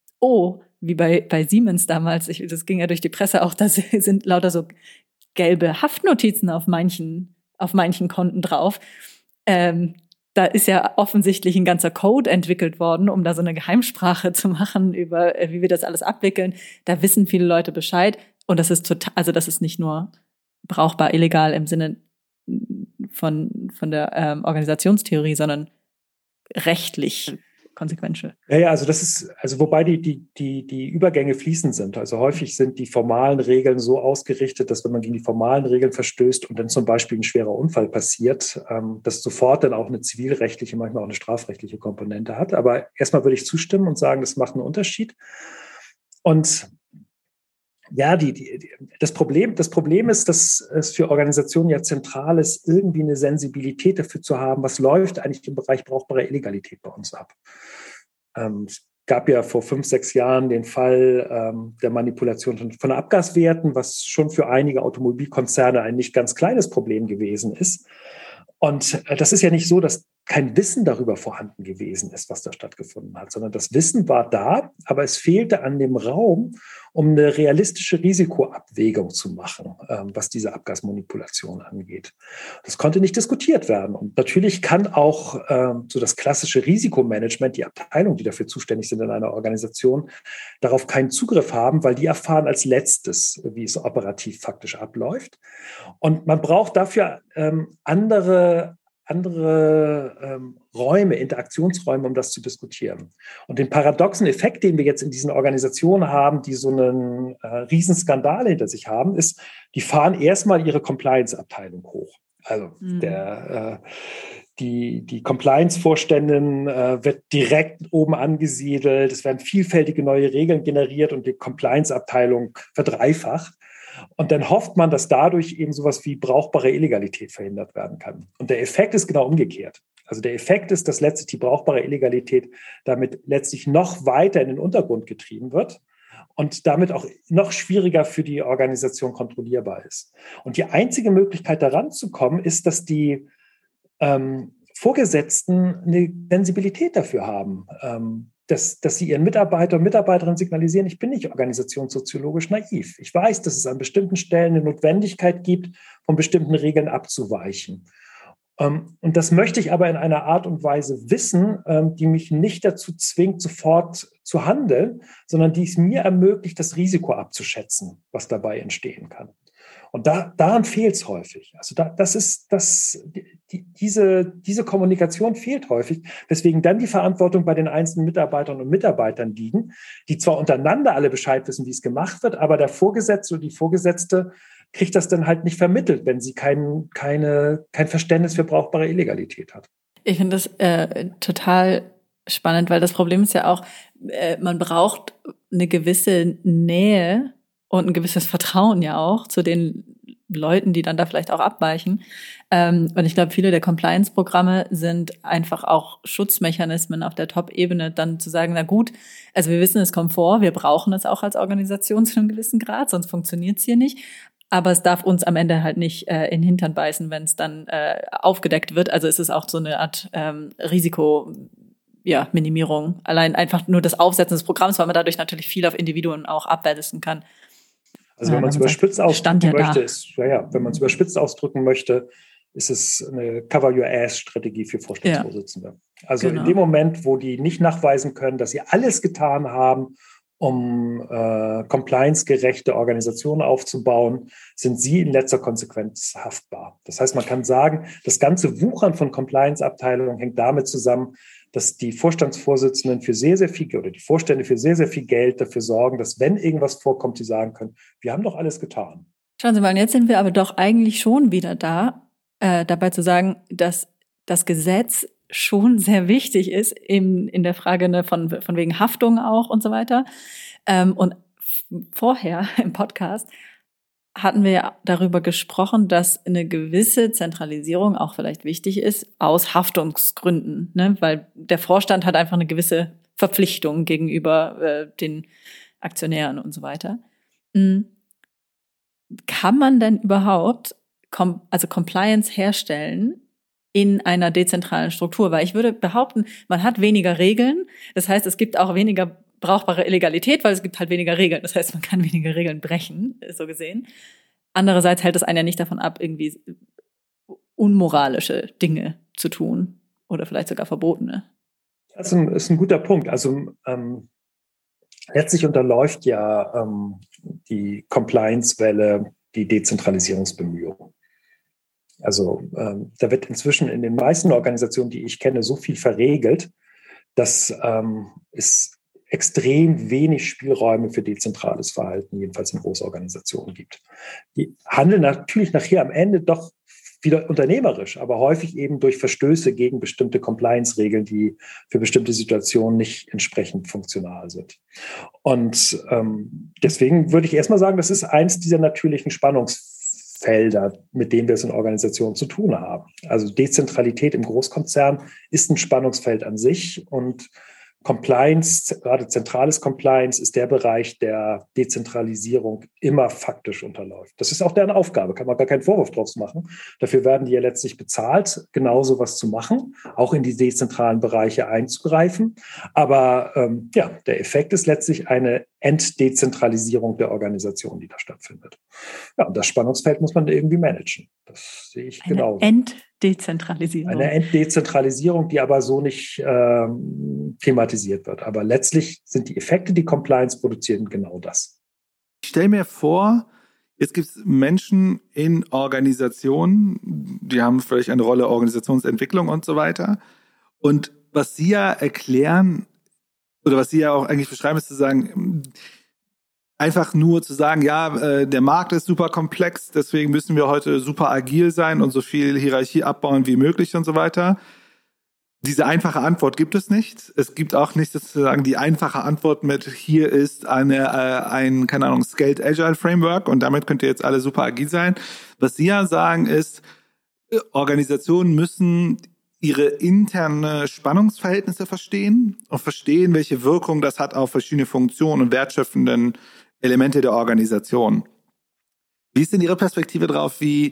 oh, wie bei, bei Siemens damals, ich, das ging ja durch die Presse auch, da sind lauter so gelbe Haftnotizen auf manchen, auf manchen Konten drauf. Ähm, da ist ja offensichtlich ein ganzer Code entwickelt worden, um da so eine Geheimsprache zu machen über, wie wir das alles abwickeln. Da wissen viele Leute Bescheid. Und das ist total, also das ist nicht nur brauchbar illegal im Sinne von, von der ähm, Organisationstheorie, sondern rechtlich consequential. Ja, ja, also das ist, also wobei die, die, die, die Übergänge fließend sind. Also häufig sind die formalen Regeln so ausgerichtet, dass wenn man gegen die formalen Regeln verstößt und dann zum Beispiel ein schwerer Unfall passiert, ähm, das sofort dann auch eine zivilrechtliche, manchmal auch eine strafrechtliche Komponente hat. Aber erstmal würde ich zustimmen und sagen, das macht einen Unterschied. Und ja, die, die, das Problem, das Problem ist, dass es für Organisationen ja zentral ist, irgendwie eine Sensibilität dafür zu haben, was läuft eigentlich im Bereich brauchbarer Illegalität bei uns ab. Ähm, es gab ja vor fünf, sechs Jahren den Fall ähm, der Manipulation von, von Abgaswerten, was schon für einige Automobilkonzerne ein nicht ganz kleines Problem gewesen ist. Und äh, das ist ja nicht so, dass kein Wissen darüber vorhanden gewesen ist, was da stattgefunden hat, sondern das Wissen war da, aber es fehlte an dem Raum, um eine realistische Risikoabwägung zu machen, ähm, was diese Abgasmanipulation angeht. Das konnte nicht diskutiert werden. Und natürlich kann auch ähm, so das klassische Risikomanagement, die Abteilung, die dafür zuständig sind in einer Organisation, darauf keinen Zugriff haben, weil die erfahren als letztes, wie es operativ faktisch abläuft. Und man braucht dafür ähm, andere andere ähm, Räume, Interaktionsräume, um das zu diskutieren. Und den paradoxen Effekt, den wir jetzt in diesen Organisationen haben, die so einen äh, Riesenskandal hinter sich haben, ist, die fahren erstmal ihre Compliance-Abteilung hoch. Also mhm. der, äh, die, die Compliance-Vorständin äh, wird direkt oben angesiedelt, es werden vielfältige neue Regeln generiert und die Compliance-Abteilung verdreifacht. Und dann hofft man, dass dadurch eben sowas wie brauchbare Illegalität verhindert werden kann. Und der Effekt ist genau umgekehrt. Also der Effekt ist, dass letztlich die brauchbare Illegalität damit letztlich noch weiter in den Untergrund getrieben wird und damit auch noch schwieriger für die Organisation kontrollierbar ist. Und die einzige Möglichkeit, daran zu kommen, ist, dass die ähm, Vorgesetzten eine Sensibilität dafür haben, ähm, Dass, dass sie ihren Mitarbeiter und Mitarbeiterinnen signalisieren, ich bin nicht organisationssoziologisch naiv. Ich weiß, dass es an bestimmten Stellen eine Notwendigkeit gibt, von bestimmten Regeln abzuweichen. Und das möchte ich aber in einer Art und Weise wissen, die mich nicht dazu zwingt, sofort zu handeln, sondern die es mir ermöglicht, das Risiko abzuschätzen, was dabei entstehen kann. Und da, daran fehlt es häufig. Also da, das ist, das, die, diese, diese Kommunikation fehlt häufig, weswegen dann die Verantwortung bei den einzelnen Mitarbeitern und Mitarbeitern liegen, die zwar untereinander alle Bescheid wissen, wie es gemacht wird, aber der Vorgesetzte oder die Vorgesetzte kriegt das dann halt nicht vermittelt, wenn sie kein, keine, kein Verständnis für brauchbare Illegalität hat. Ich finde das äh, total spannend, weil das Problem ist ja auch, äh, man braucht eine gewisse Nähe und ein gewisses Vertrauen ja auch zu den Leuten, die dann da vielleicht auch abweichen. Ähm, und ich glaube, viele der Compliance-Programme sind einfach auch Schutzmechanismen auf der Top-Ebene, dann zu sagen, na gut, also wir wissen, es kommt vor, wir brauchen es auch als Organisation zu einem gewissen Grad, sonst funktioniert es hier nicht. Aber es darf uns am Ende halt nicht äh, in den Hintern beißen, wenn es dann äh, aufgedeckt wird. Also es ist auch so eine Art ähm, Risiko, ja, Minimierung. Allein einfach nur das Aufsetzen des Programms, weil man dadurch natürlich viel auf Individuen auch abwälzen kann. Also wenn ja, man es überspitzt ausdrücken ja möchte, da. ist, ja, ja, wenn man es überspitzt ausdrücken möchte, ist es eine Cover-Your-Ass-Strategie für Vorstandsvorsitzende. Ja, also genau. In dem Moment, wo die nicht nachweisen können, dass sie alles getan haben, um äh, compliance-gerechte Organisationen aufzubauen, sind sie in letzter Konsequenz haftbar. Das heißt, man kann sagen, das ganze Wuchern von Compliance-Abteilungen hängt damit zusammen, dass die Vorstandsvorsitzenden für sehr, sehr viel oder die Vorstände für sehr, sehr viel Geld dafür sorgen, dass wenn irgendwas vorkommt, sie sagen können, wir haben doch alles getan. Schauen Sie mal, und jetzt sind wir aber doch eigentlich schon wieder da, äh, dabei zu sagen, dass das Gesetz schon sehr wichtig ist in, in der Frage ne, von, von wegen Haftung auch und so weiter. Ähm, und f- vorher im Podcast hatten wir ja darüber gesprochen, dass eine gewisse Zentralisierung auch vielleicht wichtig ist aus Haftungsgründen, ne? Weil der Vorstand hat einfach eine gewisse Verpflichtung gegenüber äh, den Aktionären und so weiter. Mhm. Kann man denn überhaupt com- also Compliance herstellen in einer dezentralen Struktur? Weil ich würde behaupten, man hat weniger Regeln. Das heißt, es gibt auch weniger brauchbare Illegalität, weil es gibt halt weniger Regeln. Das heißt, man kann weniger Regeln brechen, so gesehen. Andererseits hält es einen ja nicht davon ab, irgendwie unmoralische Dinge zu tun oder vielleicht sogar verbotene. Das ist ein, ist ein guter Punkt. Also ähm, letztlich unterläuft ja ähm, die Compliance-Welle die Dezentralisierungsbemühungen. Also ähm, da wird inzwischen in den meisten Organisationen, die ich kenne, so viel verregelt, dass ähm, es extrem wenig Spielräume für dezentrales Verhalten, jedenfalls in Großorganisationen gibt. Die handeln natürlich nachher am Ende doch wieder unternehmerisch, aber häufig eben durch Verstöße gegen bestimmte Compliance-Regeln, die für bestimmte Situationen nicht entsprechend funktional sind. Und ähm, deswegen würde ich erstmal sagen, das ist eins dieser natürlichen Spannungsfelder, mit denen wir es in Organisationen zu tun haben. Also Dezentralität im Großkonzern ist ein Spannungsfeld an sich und Compliance, gerade zentrales Compliance, ist der Bereich, der Dezentralisierung immer faktisch unterläuft. Das ist auch deren Aufgabe, kann man gar keinen Vorwurf draus machen. Dafür werden die ja letztlich bezahlt, genau so was zu machen, auch in die dezentralen Bereiche einzugreifen. Aber ähm, ja, der Effekt ist letztlich eine Entdezentralisierung der Organisation, die da stattfindet. Ja, und das Spannungsfeld muss man irgendwie managen. Das sehe ich eine genauso. Entdezentralisierung. Eine Entdezentralisierung, die aber so nicht ähm, thematisiert wird. Aber letztlich sind die Effekte, die Compliance produzieren, genau das. Ich stelle mir vor, jetzt gibt es Menschen in Organisationen, die haben vielleicht eine Rolle Organisationsentwicklung und so weiter. Und was Sie ja erklären, oder was Sie ja auch eigentlich beschreiben, ist zu sagen, einfach nur zu sagen, ja, äh, der Markt ist super komplex, deswegen müssen wir heute super agil sein und so viel Hierarchie abbauen wie möglich und so weiter. Diese einfache Antwort gibt es nicht. Es gibt auch nicht sozusagen die einfache Antwort mit, hier ist eine, äh, ein, keine Ahnung, Scaled Agile Framework und damit könnt ihr jetzt alle super agil sein. Was Sie ja sagen ist, Organisationen müssen ihre interne Spannungsverhältnisse verstehen und verstehen, welche Wirkung das hat auf verschiedene Funktionen und wertschöpfenden Elemente der Organisation. Wie ist denn Ihre Perspektive drauf, wie,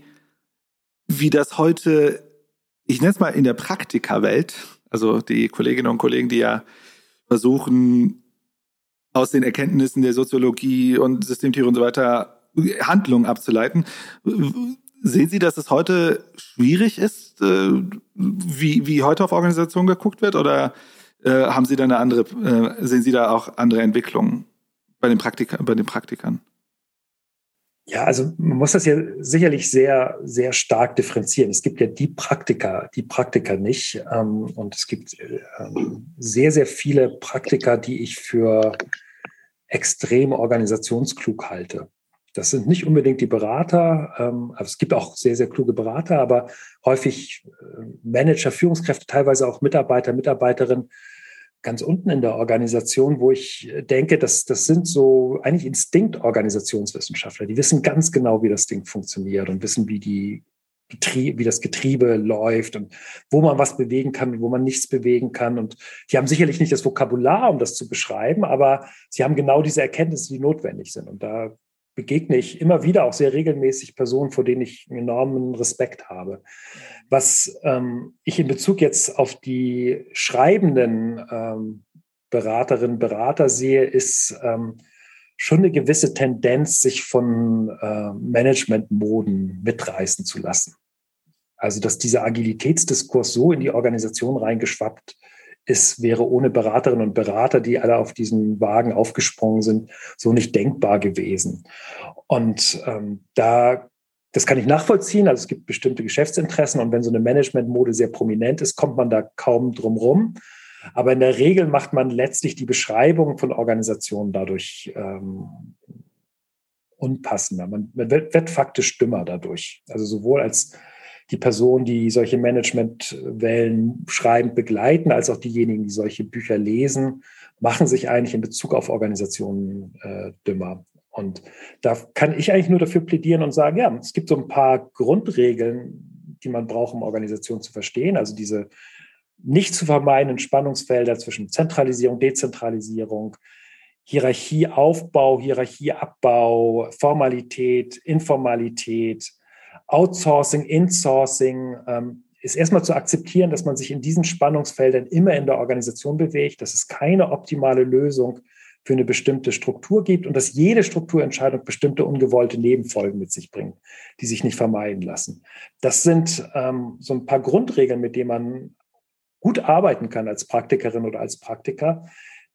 wie das heute, ich nenne es mal in der Praktikerwelt, also die Kolleginnen und Kollegen, die ja versuchen, aus den Erkenntnissen der Soziologie und Systemtheorie und so weiter Handlungen abzuleiten. Sehen Sie, dass es heute schwierig ist, wie, wie heute auf Organisationen geguckt wird, oder äh, haben Sie da eine andere, äh, sehen Sie da auch andere Entwicklungen bei den Praktika, bei den Praktikern? Ja, also man muss das ja sicherlich sehr, sehr stark differenzieren. Es gibt ja die Praktiker, die Praktiker nicht. Ähm, und es gibt ähm, sehr, sehr viele Praktiker, die ich für extrem organisationsklug halte. Das sind nicht unbedingt die Berater, ähm, also es gibt auch sehr, sehr kluge Berater, aber häufig äh, Manager, Führungskräfte, teilweise auch Mitarbeiter, Mitarbeiterinnen ganz unten in der Organisation, wo ich denke, dass das sind so eigentlich Instinkt-Organisationswissenschaftler. Die wissen ganz genau, wie das Ding funktioniert und wissen, wie die wie das Getriebe läuft und wo man was bewegen kann und wo man nichts bewegen kann. Und die haben sicherlich nicht das Vokabular, um das zu beschreiben, aber sie haben genau diese Erkenntnisse, die notwendig sind. Und da begegne ich immer wieder auch sehr regelmäßig Personen, vor denen ich einen enormen Respekt habe. Was ähm, ich in Bezug jetzt auf die schreibenden ähm, Beraterinnen, Berater sehe, ist ähm, schon eine gewisse Tendenz, sich von äh, Managementmoden mitreißen zu lassen. Also, dass dieser Agilitätsdiskurs so in die Organisation reingeschwappt ist, wäre ohne Beraterinnen und Berater, die alle auf diesen Wagen aufgesprungen sind, so nicht denkbar gewesen. Und ähm, da, das kann ich nachvollziehen. Also es gibt bestimmte Geschäftsinteressen und wenn so eine Managementmode sehr prominent ist, kommt man da kaum drum rum. Aber in der Regel macht man letztlich die Beschreibung von Organisationen dadurch ähm, unpassender. Man, man wird, wird faktisch dümmer dadurch. Also sowohl als die Personen, die solche Managementwellen schreibend begleiten, als auch diejenigen, die solche Bücher lesen, machen sich eigentlich in Bezug auf Organisationen äh, dümmer. Und da kann ich eigentlich nur dafür plädieren und sagen, ja, es gibt so ein paar Grundregeln, die man braucht, um Organisationen zu verstehen. Also diese nicht zu vermeidenden Spannungsfelder zwischen Zentralisierung, Dezentralisierung, Hierarchieaufbau, Hierarchieabbau, Formalität, Informalität, Outsourcing, Insourcing, ähm, ist erstmal zu akzeptieren, dass man sich in diesen Spannungsfeldern immer in der Organisation bewegt, dass es keine optimale Lösung für eine bestimmte Struktur gibt und dass jede Strukturentscheidung bestimmte ungewollte Nebenfolgen mit sich bringt, die sich nicht vermeiden lassen. Das sind ähm, so ein paar Grundregeln, mit denen man gut arbeiten kann als Praktikerin oder als Praktiker,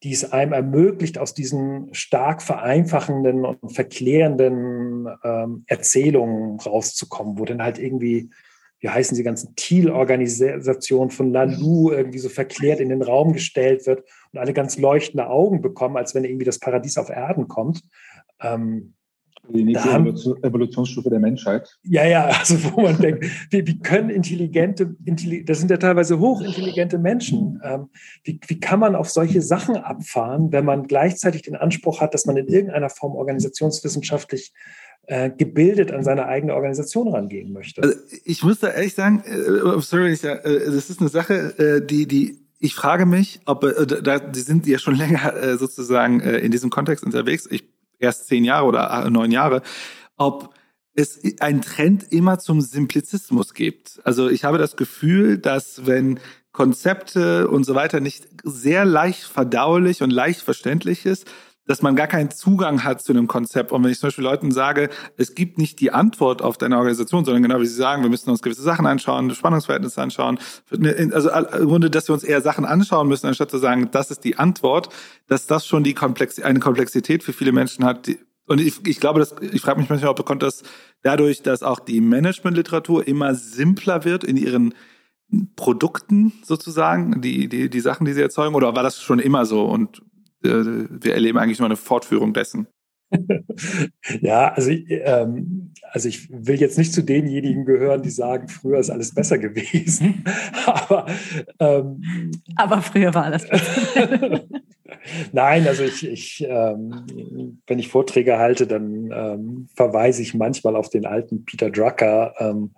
die es einem ermöglicht, aus diesen stark vereinfachenden und verklärenden ähm, Erzählungen rauszukommen, wo dann halt irgendwie, wie heißen die ganzen Thiel-Organisationen von Lalou irgendwie so verklärt in den Raum gestellt wird und alle ganz leuchtende Augen bekommen, als wenn irgendwie das Paradies auf Erden kommt. Ähm, Die nächste Da haben- Evolution, Evolutionsstufe der Menschheit. Ja, ja, also wo man denkt, wie, wie können intelligente, intelli- das sind ja teilweise hochintelligente Menschen, ähm, wie, wie kann man auf solche Sachen abfahren, wenn man gleichzeitig den Anspruch hat, dass man in irgendeiner Form organisationswissenschaftlich äh, gebildet an seine eigene Organisation rangehen möchte? Also ich muss da ehrlich sagen, äh, sorry, ich, äh, das ist eine Sache, äh, die, die ich frage mich, ob äh, da, die sind ja schon länger äh, sozusagen äh, in diesem Kontext unterwegs. Ich erst zehn Jahre oder neun Jahre, ob es einen Trend immer zum Simplizismus gibt. Also ich habe das Gefühl, dass wenn Konzepte und so weiter nicht sehr leicht verdaulich und leicht verständlich ist, dass man gar keinen Zugang hat zu einem Konzept. Und wenn ich zum Beispiel Leuten sage, es gibt nicht die Antwort auf deine Organisation, sondern genau wie sie sagen, wir müssen uns gewisse Sachen anschauen, Spannungsverhältnisse anschauen. Also im Grunde, dass wir uns eher Sachen anschauen müssen, anstatt zu sagen, das ist die Antwort, dass das schon die Komplex- eine Komplexität für viele Menschen hat. Die, und ich, ich glaube, dass, ich frage mich manchmal, ob kommt das dadurch, dass auch die Managementliteratur immer simpler wird in ihren Produkten sozusagen, die, die, die Sachen, die sie erzeugen, oder war das schon immer so? Und wir erleben eigentlich nur eine Fortführung dessen. Ja, also, ähm, also ich will jetzt nicht zu denjenigen gehören, die sagen, früher ist alles besser gewesen. Aber, ähm, Aber früher war alles besser. Nein, also ich, ich ähm, wenn ich Vorträge halte, dann ähm, verweise ich manchmal auf den alten Peter Drucker, ähm,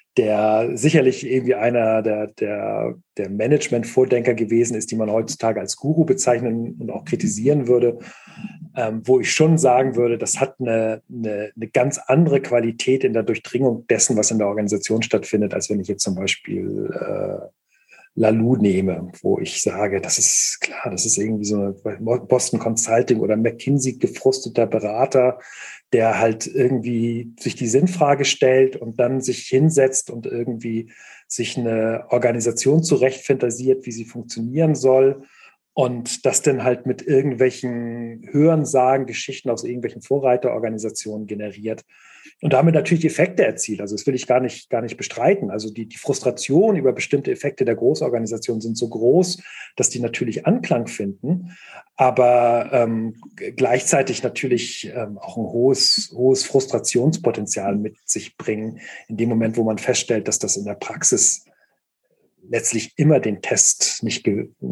der sicherlich irgendwie einer der, der, der Management-Vordenker gewesen ist, die man heutzutage als Guru bezeichnen und auch kritisieren würde, ähm, wo ich schon sagen würde, das hat eine, eine, eine ganz andere Qualität in der Durchdringung dessen, was in der Organisation stattfindet, als wenn ich jetzt zum Beispiel äh, Lalou nehme, wo ich sage, das ist klar, das ist irgendwie so eine Boston Consulting oder McKinsey gefrusteter Berater, der halt irgendwie sich die Sinnfrage stellt und dann sich hinsetzt und irgendwie sich eine Organisation zurechtfantasiert, wie sie funktionieren soll und das dann halt mit irgendwelchen Hörensagen, Geschichten aus irgendwelchen Vorreiterorganisationen generiert und damit natürlich Effekte erzielt. Also das will ich gar nicht, gar nicht bestreiten. Also die, die Frustration über bestimmte Effekte der Großorganisationen sind so groß, dass die natürlich Anklang finden, aber ähm, gleichzeitig natürlich ähm, auch ein hohes, hohes Frustrationspotenzial mit sich bringen, in dem Moment, wo man feststellt, dass das in der Praxis letztlich immer den Test nicht,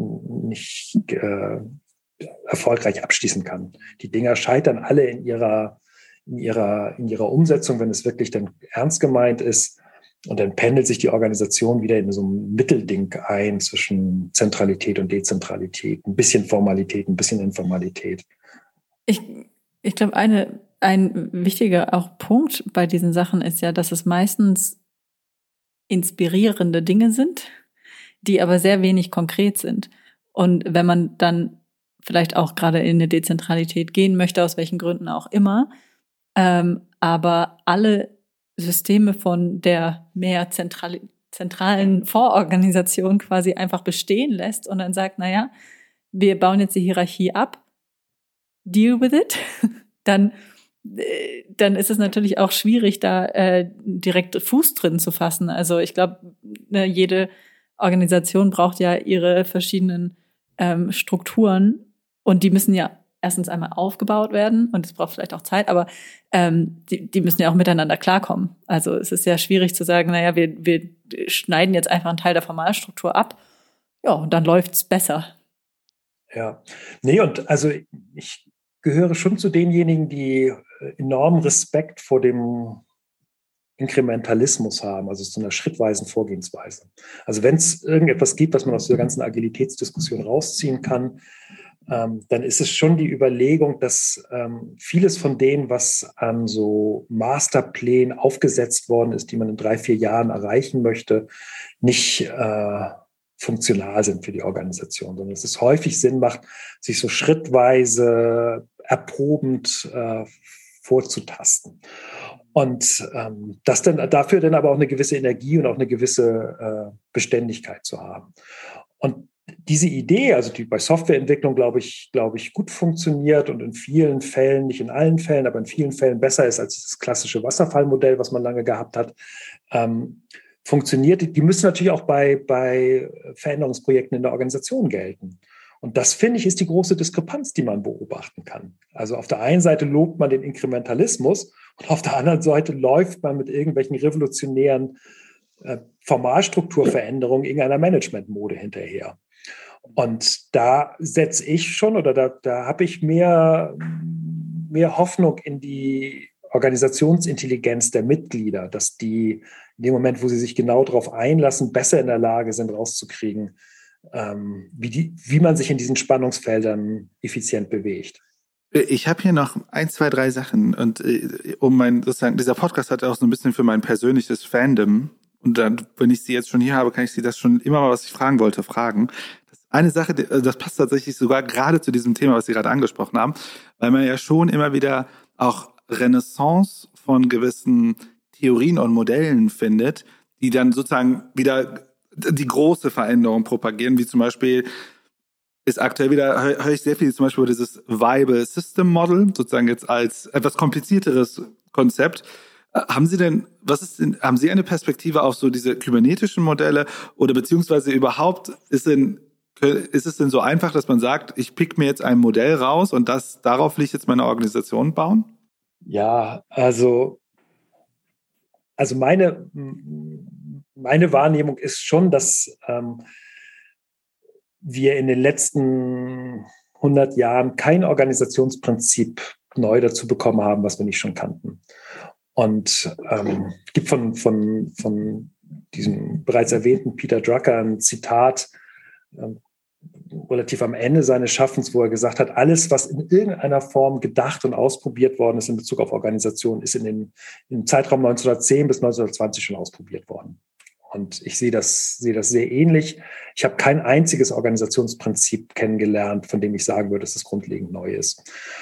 nicht äh, erfolgreich abschließen kann. Die Dinger scheitern alle in ihrer In ihrer, in ihrer Umsetzung, wenn es wirklich dann ernst gemeint ist. Und dann pendelt sich die Organisation wieder in so einem Mittelding ein zwischen Zentralität und Dezentralität. Ein bisschen Formalität, ein bisschen Informalität. Ich, ich glaube, eine, ein wichtiger auch Punkt bei diesen Sachen ist ja, dass es meistens inspirierende Dinge sind, die aber sehr wenig konkret sind. Und wenn man dann vielleicht auch gerade in eine Dezentralität gehen möchte, aus welchen Gründen auch immer, Ähm, aber alle Systeme von der mehr zentral, zentralen Vororganisation quasi einfach bestehen lässt und dann sagt, naja, wir bauen jetzt die Hierarchie ab, deal with it, dann, äh, dann ist es natürlich auch schwierig, da äh, direkt Fuß drin zu fassen. Also ich glaube, ne, jede Organisation braucht ja ihre verschiedenen ähm, Strukturen und die müssen ja erstens einmal aufgebaut werden und es braucht vielleicht auch Zeit, aber ähm, die, die müssen ja auch miteinander klarkommen. Also es ist ja schwierig zu sagen, naja, wir, wir schneiden jetzt einfach einen Teil der Formalstruktur ab, ja, und dann läuft's besser. Ja, nee, und also ich gehöre schon zu denjenigen, die enormen Respekt vor dem Inkrementalismus haben, also zu einer schrittweisen Vorgehensweise. Also wenn es irgendetwas gibt, was man aus der ganzen Agilitätsdiskussion rausziehen kann, Ähm, dann ist es schon die Überlegung, dass ähm, vieles von dem, was an so Masterplänen aufgesetzt worden ist, die man in drei, vier Jahren erreichen möchte, nicht äh, funktional sind für die Organisation, sondern dass es häufig Sinn macht, sich so schrittweise erprobend äh, vorzutasten. Und ähm, das dann dafür dann aber auch eine gewisse Energie und auch eine gewisse äh, Beständigkeit zu haben. Und diese Idee, also die bei Softwareentwicklung, glaube ich, glaube ich, gut funktioniert und in vielen Fällen, nicht in allen Fällen, aber in vielen Fällen besser ist als das klassische Wasserfallmodell, was man lange gehabt hat, ähm, funktioniert. Die müssen natürlich auch bei, bei Veränderungsprojekten in der Organisation gelten. Und das, finde ich, ist die große Diskrepanz, die man beobachten kann. Also auf der einen Seite lobt man den Inkrementalismus und auf der anderen Seite läuft man mit irgendwelchen revolutionären äh, Formalstrukturveränderungen irgendeiner Managementmode hinterher. Und da setze ich schon oder da, da habe ich mehr, mehr Hoffnung in die Organisationsintelligenz der Mitglieder, dass die in dem Moment, wo sie sich genau darauf einlassen, besser in der Lage sind, rauszukriegen, ähm, wie, die, wie man sich in diesen Spannungsfeldern effizient bewegt. Ich habe hier noch ein, zwei, drei Sachen und äh, um mein, sozusagen, dieser Podcast hat auch so ein bisschen für mein persönliches Fandom und dann, wenn ich sie jetzt schon hier habe, kann ich sie das schon immer mal, was ich fragen wollte, fragen. Das eine Sache, das passt tatsächlich sogar gerade zu diesem Thema, was Sie gerade angesprochen haben, weil man ja schon immer wieder auch Renaissance von gewissen Theorien und Modellen findet, die dann sozusagen wieder die große Veränderung propagieren, wie zum Beispiel ist aktuell wieder, höre ich sehr viel zum Beispiel über dieses Viable System Model, sozusagen jetzt als etwas komplizierteres Konzept. Haben Sie denn, was ist denn, haben Sie eine Perspektive auf so diese kybernetischen Modelle oder beziehungsweise überhaupt, ist denn, ist es denn so einfach, dass man sagt, ich pick mir jetzt ein Modell raus und das, darauf will ich jetzt meine Organisation bauen? Ja, also, also meine, meine Wahrnehmung ist schon, dass ähm, wir in den letzten hundert Jahren kein Organisationsprinzip neu dazu bekommen haben, was wir nicht schon kannten. Und ähm, es gibt von, von, von diesem bereits erwähnten Peter Drucker ein Zitat, ähm, relativ am Ende seines Schaffens, wo er gesagt hat, alles, was in irgendeiner Form gedacht und ausprobiert worden ist in Bezug auf Organisation, ist in den, im Zeitraum neunzehnhundertzehn bis neunzehnhundertzwanzig schon ausprobiert worden. Und ich sehe das, sehe das sehr ähnlich. Ich habe kein einziges Organisationsprinzip kennengelernt, von dem ich sagen würde, dass das grundlegend neu ist.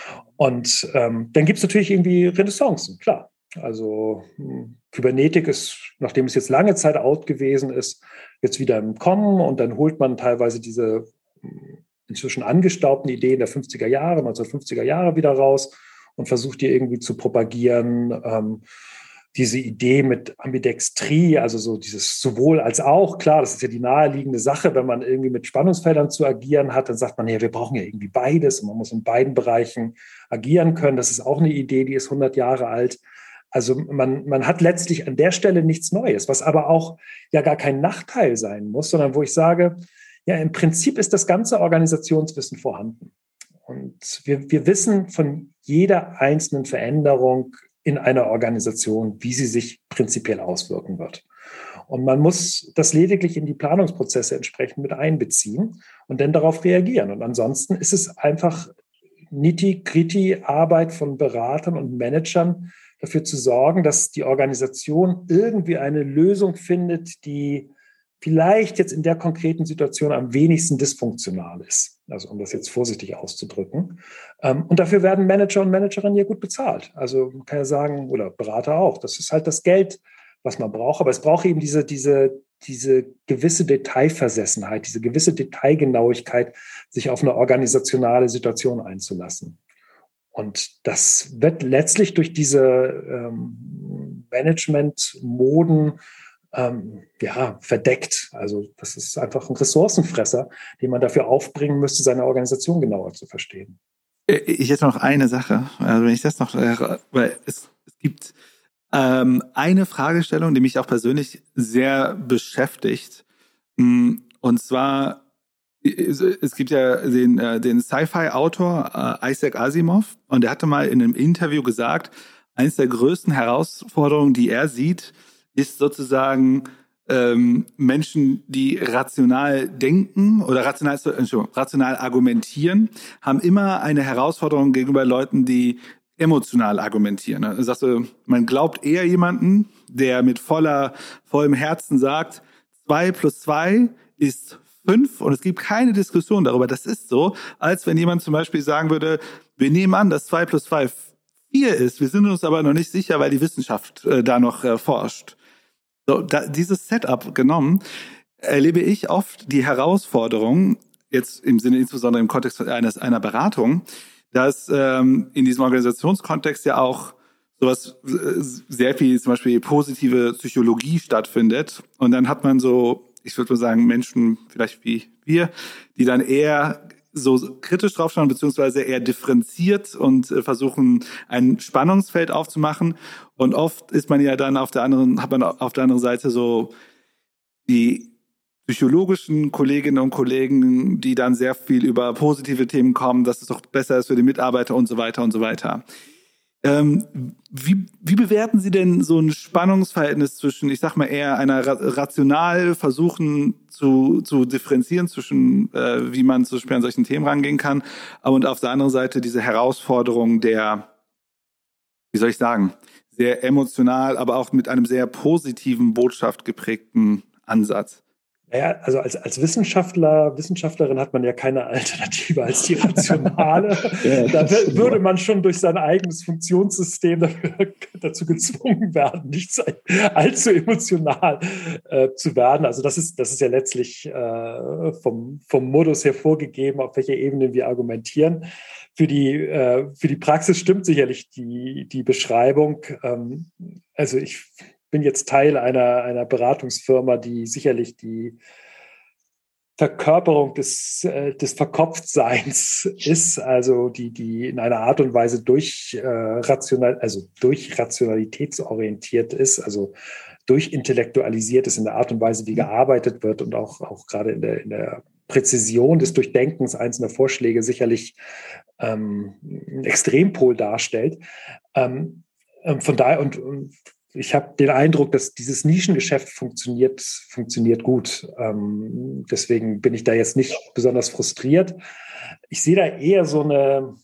Und ähm, dann gibt es natürlich irgendwie Renaissancen, klar. Also hm, Kybernetik ist, nachdem es jetzt lange Zeit out gewesen ist, jetzt wieder im Kommen und dann holt man teilweise diese hm, inzwischen angestaubten Ideen der fünfziger Jahre, neunzehnhundertfünfziger Jahre wieder raus und versucht die irgendwie zu propagieren. Ähm, diese Idee mit Ambidextrie, also so dieses sowohl als auch, klar, das ist ja die naheliegende Sache, wenn man irgendwie mit Spannungsfeldern zu agieren hat, dann sagt man, ja, wir brauchen ja irgendwie beides und man muss in beiden Bereichen agieren können. Das ist auch eine Idee, die ist hundert Jahre alt. Also man, man hat letztlich an der Stelle nichts Neues, was aber auch ja gar kein Nachteil sein muss, sondern wo ich sage, ja, im Prinzip ist das ganze Organisationswissen vorhanden. Und wir, wir wissen von jeder einzelnen Veränderung in einer Organisation, wie sie sich prinzipiell auswirken wird. Und man muss das lediglich in die Planungsprozesse entsprechend mit einbeziehen und dann darauf reagieren. Und ansonsten ist es einfach nitty-gritty Arbeit von Beratern und Managern, dafür zu sorgen, dass die Organisation irgendwie eine Lösung findet, die vielleicht jetzt in der konkreten Situation am wenigsten dysfunktional ist. Also um das jetzt vorsichtig auszudrücken. Und dafür werden Manager und Managerinnen ja gut bezahlt. Also man kann ja sagen, oder Berater auch, das ist halt das Geld, was man braucht. Aber es braucht eben diese, diese, diese gewisse Detailversessenheit, diese gewisse Detailgenauigkeit, sich auf eine organisationale Situation einzulassen. Und das wird letztlich durch diese ähm, Management-Moden ähm, ja, verdeckt. Also das ist einfach ein Ressourcenfresser, den man dafür aufbringen müsste, seine Organisation genauer zu verstehen. Ich hätte noch eine Sache, also wenn ich das noch, weil es, es gibt ähm, eine Fragestellung, die mich auch persönlich sehr beschäftigt. Und zwar, es gibt ja den, den Sci-Fi-Autor äh, Isaac Asimov und der hatte mal in einem Interview gesagt, eines der größten Herausforderungen, die er sieht, ist sozusagen ähm, Menschen, die rational denken oder rational, Entschuldigung, rational argumentieren, haben immer eine Herausforderung gegenüber Leuten, die emotional argumentieren. Also sagst du, man glaubt eher jemanden, der mit voller, vollem Herzen sagt, zwei plus zwei ist fünf und es gibt keine Diskussion darüber, das ist so, als wenn jemand zum Beispiel sagen würde, wir nehmen an, dass zwei plus zwei vier ist, wir sind uns aber noch nicht sicher, weil die Wissenschaft äh, da noch äh, forscht. So, da, dieses Setup genommen, erlebe ich oft die Herausforderung, jetzt im Sinne insbesondere im Kontext eines, einer Beratung, dass ähm, in diesem Organisationskontext ja auch sowas sehr viel, zum Beispiel positive Psychologie stattfindet. Und dann hat man so, ich würde mal sagen, Menschen vielleicht wie wir, die dann eher so kritisch draufschauen, beziehungsweise eher differenziert und äh, versuchen, ein Spannungsfeld aufzumachen. Und oft ist man ja dann auf der anderen, hat man auf der anderen Seite so die psychologischen Kolleginnen und Kollegen, die dann sehr viel über positive Themen kommen, dass es doch besser ist für die Mitarbeiter und so weiter und so weiter. Ähm, wie, wie bewerten Sie denn so ein Spannungsverhältnis zwischen, ich sag mal, eher einer rational versuchen zu, zu differenzieren zwischen, äh, wie man zum Beispiel an solchen Themen rangehen kann, und auf der anderen Seite diese Herausforderung der, wie soll ich sagen, sehr emotional, aber auch mit einem sehr positiven Botschaft geprägten Ansatz? Ja, also als, als Wissenschaftler, Wissenschaftlerin hat man ja keine Alternative als die rationale. Ja, da würde man schon durch sein eigenes Funktionssystem dafür, dazu gezwungen werden, nicht allzu emotional äh, zu werden. Also das ist, das ist ja letztlich äh, vom, vom Modus her vorgegeben, auf welcher Ebene wir argumentieren. Für die, äh, für die Praxis stimmt sicherlich die, die Beschreibung. Ähm, also ich bin jetzt Teil einer, einer Beratungsfirma, die sicherlich die Verkörperung des, äh, des Verkopftseins ist, also die, die in einer Art und Weise durch, äh, rational, also durch rationalitätsorientiert ist, also durchintellektualisiert ist in der Art und Weise, wie gearbeitet wird und auch, auch gerade in der, in der Präzision des Durchdenkens einzelner Vorschläge sicherlich ähm, einen Extrempol darstellt. Ähm, von daher und, und ich habe den Eindruck, dass dieses Nischengeschäft funktioniert, funktioniert gut. Ähm, deswegen bin ich da jetzt nicht besonders frustriert. Ich sehe da eher so eine,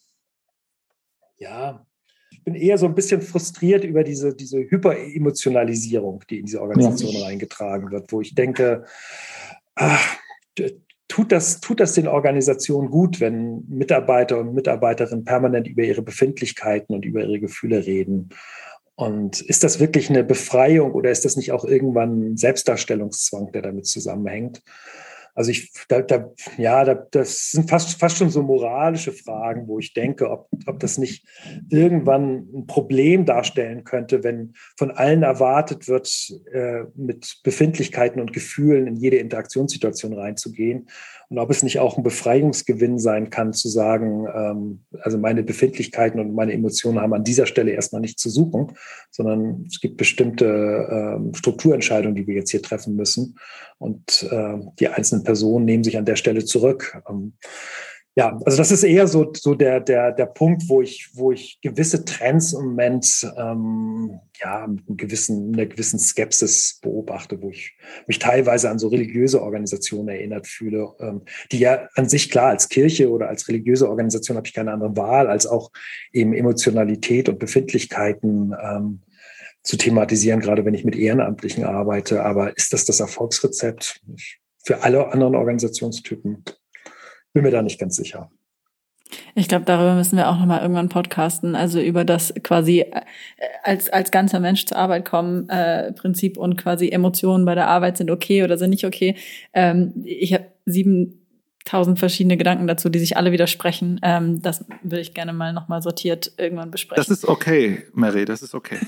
ja, ich bin eher so ein bisschen frustriert über diese, diese Hyperemotionalisierung, die in diese Organisation ja. reingetragen wird, wo ich denke, ach, tut das, tut das den Organisationen gut, wenn Mitarbeiter und Mitarbeiterinnen permanent über ihre Befindlichkeiten und über ihre Gefühle reden? Und ist das wirklich eine Befreiung oder ist das nicht auch irgendwann ein Selbstdarstellungszwang, der damit zusammenhängt? Also ich, da, da, ja, da, das sind fast, fast schon so moralische Fragen, wo ich denke, ob, ob das nicht irgendwann ein Problem darstellen könnte, wenn von allen erwartet wird, äh, mit Befindlichkeiten und Gefühlen in jede Interaktionssituation reinzugehen. Und ob es nicht auch ein Befreiungsgewinn sein kann, zu sagen, ähm, also meine Befindlichkeiten und meine Emotionen haben an dieser Stelle erstmal nicht zu suchen, sondern es gibt bestimmte ähm, Strukturentscheidungen, die wir jetzt hier treffen müssen. Und äh, die einzelnen Personen nehmen sich an der Stelle zurück. Ähm, ja, also das ist eher so, so der, der, der Punkt, wo ich, wo ich gewisse Trends im Moment ähm, ja, mit einem gewissen, einer gewissen Skepsis beobachte, wo ich mich teilweise an so religiöse Organisationen erinnert fühle, ähm, die ja an sich klar als Kirche oder als religiöse Organisation habe ich keine andere Wahl, als auch eben Emotionalität und Befindlichkeiten ähm, zu thematisieren, gerade wenn ich mit Ehrenamtlichen arbeite. Aber ist das das Erfolgsrezept für alle anderen Organisationstypen? Bin mir da nicht ganz sicher. Ich glaube, darüber müssen wir auch nochmal irgendwann podcasten, also über das quasi als als ganzer Mensch zur Arbeit kommen äh, Prinzip und quasi Emotionen bei der Arbeit sind okay oder sind nicht okay. Ähm, ich habe siebentausend verschiedene Gedanken dazu, die sich alle widersprechen. Ähm, das würde ich gerne mal nochmal sortiert irgendwann besprechen. Das ist okay, Mary, das ist okay.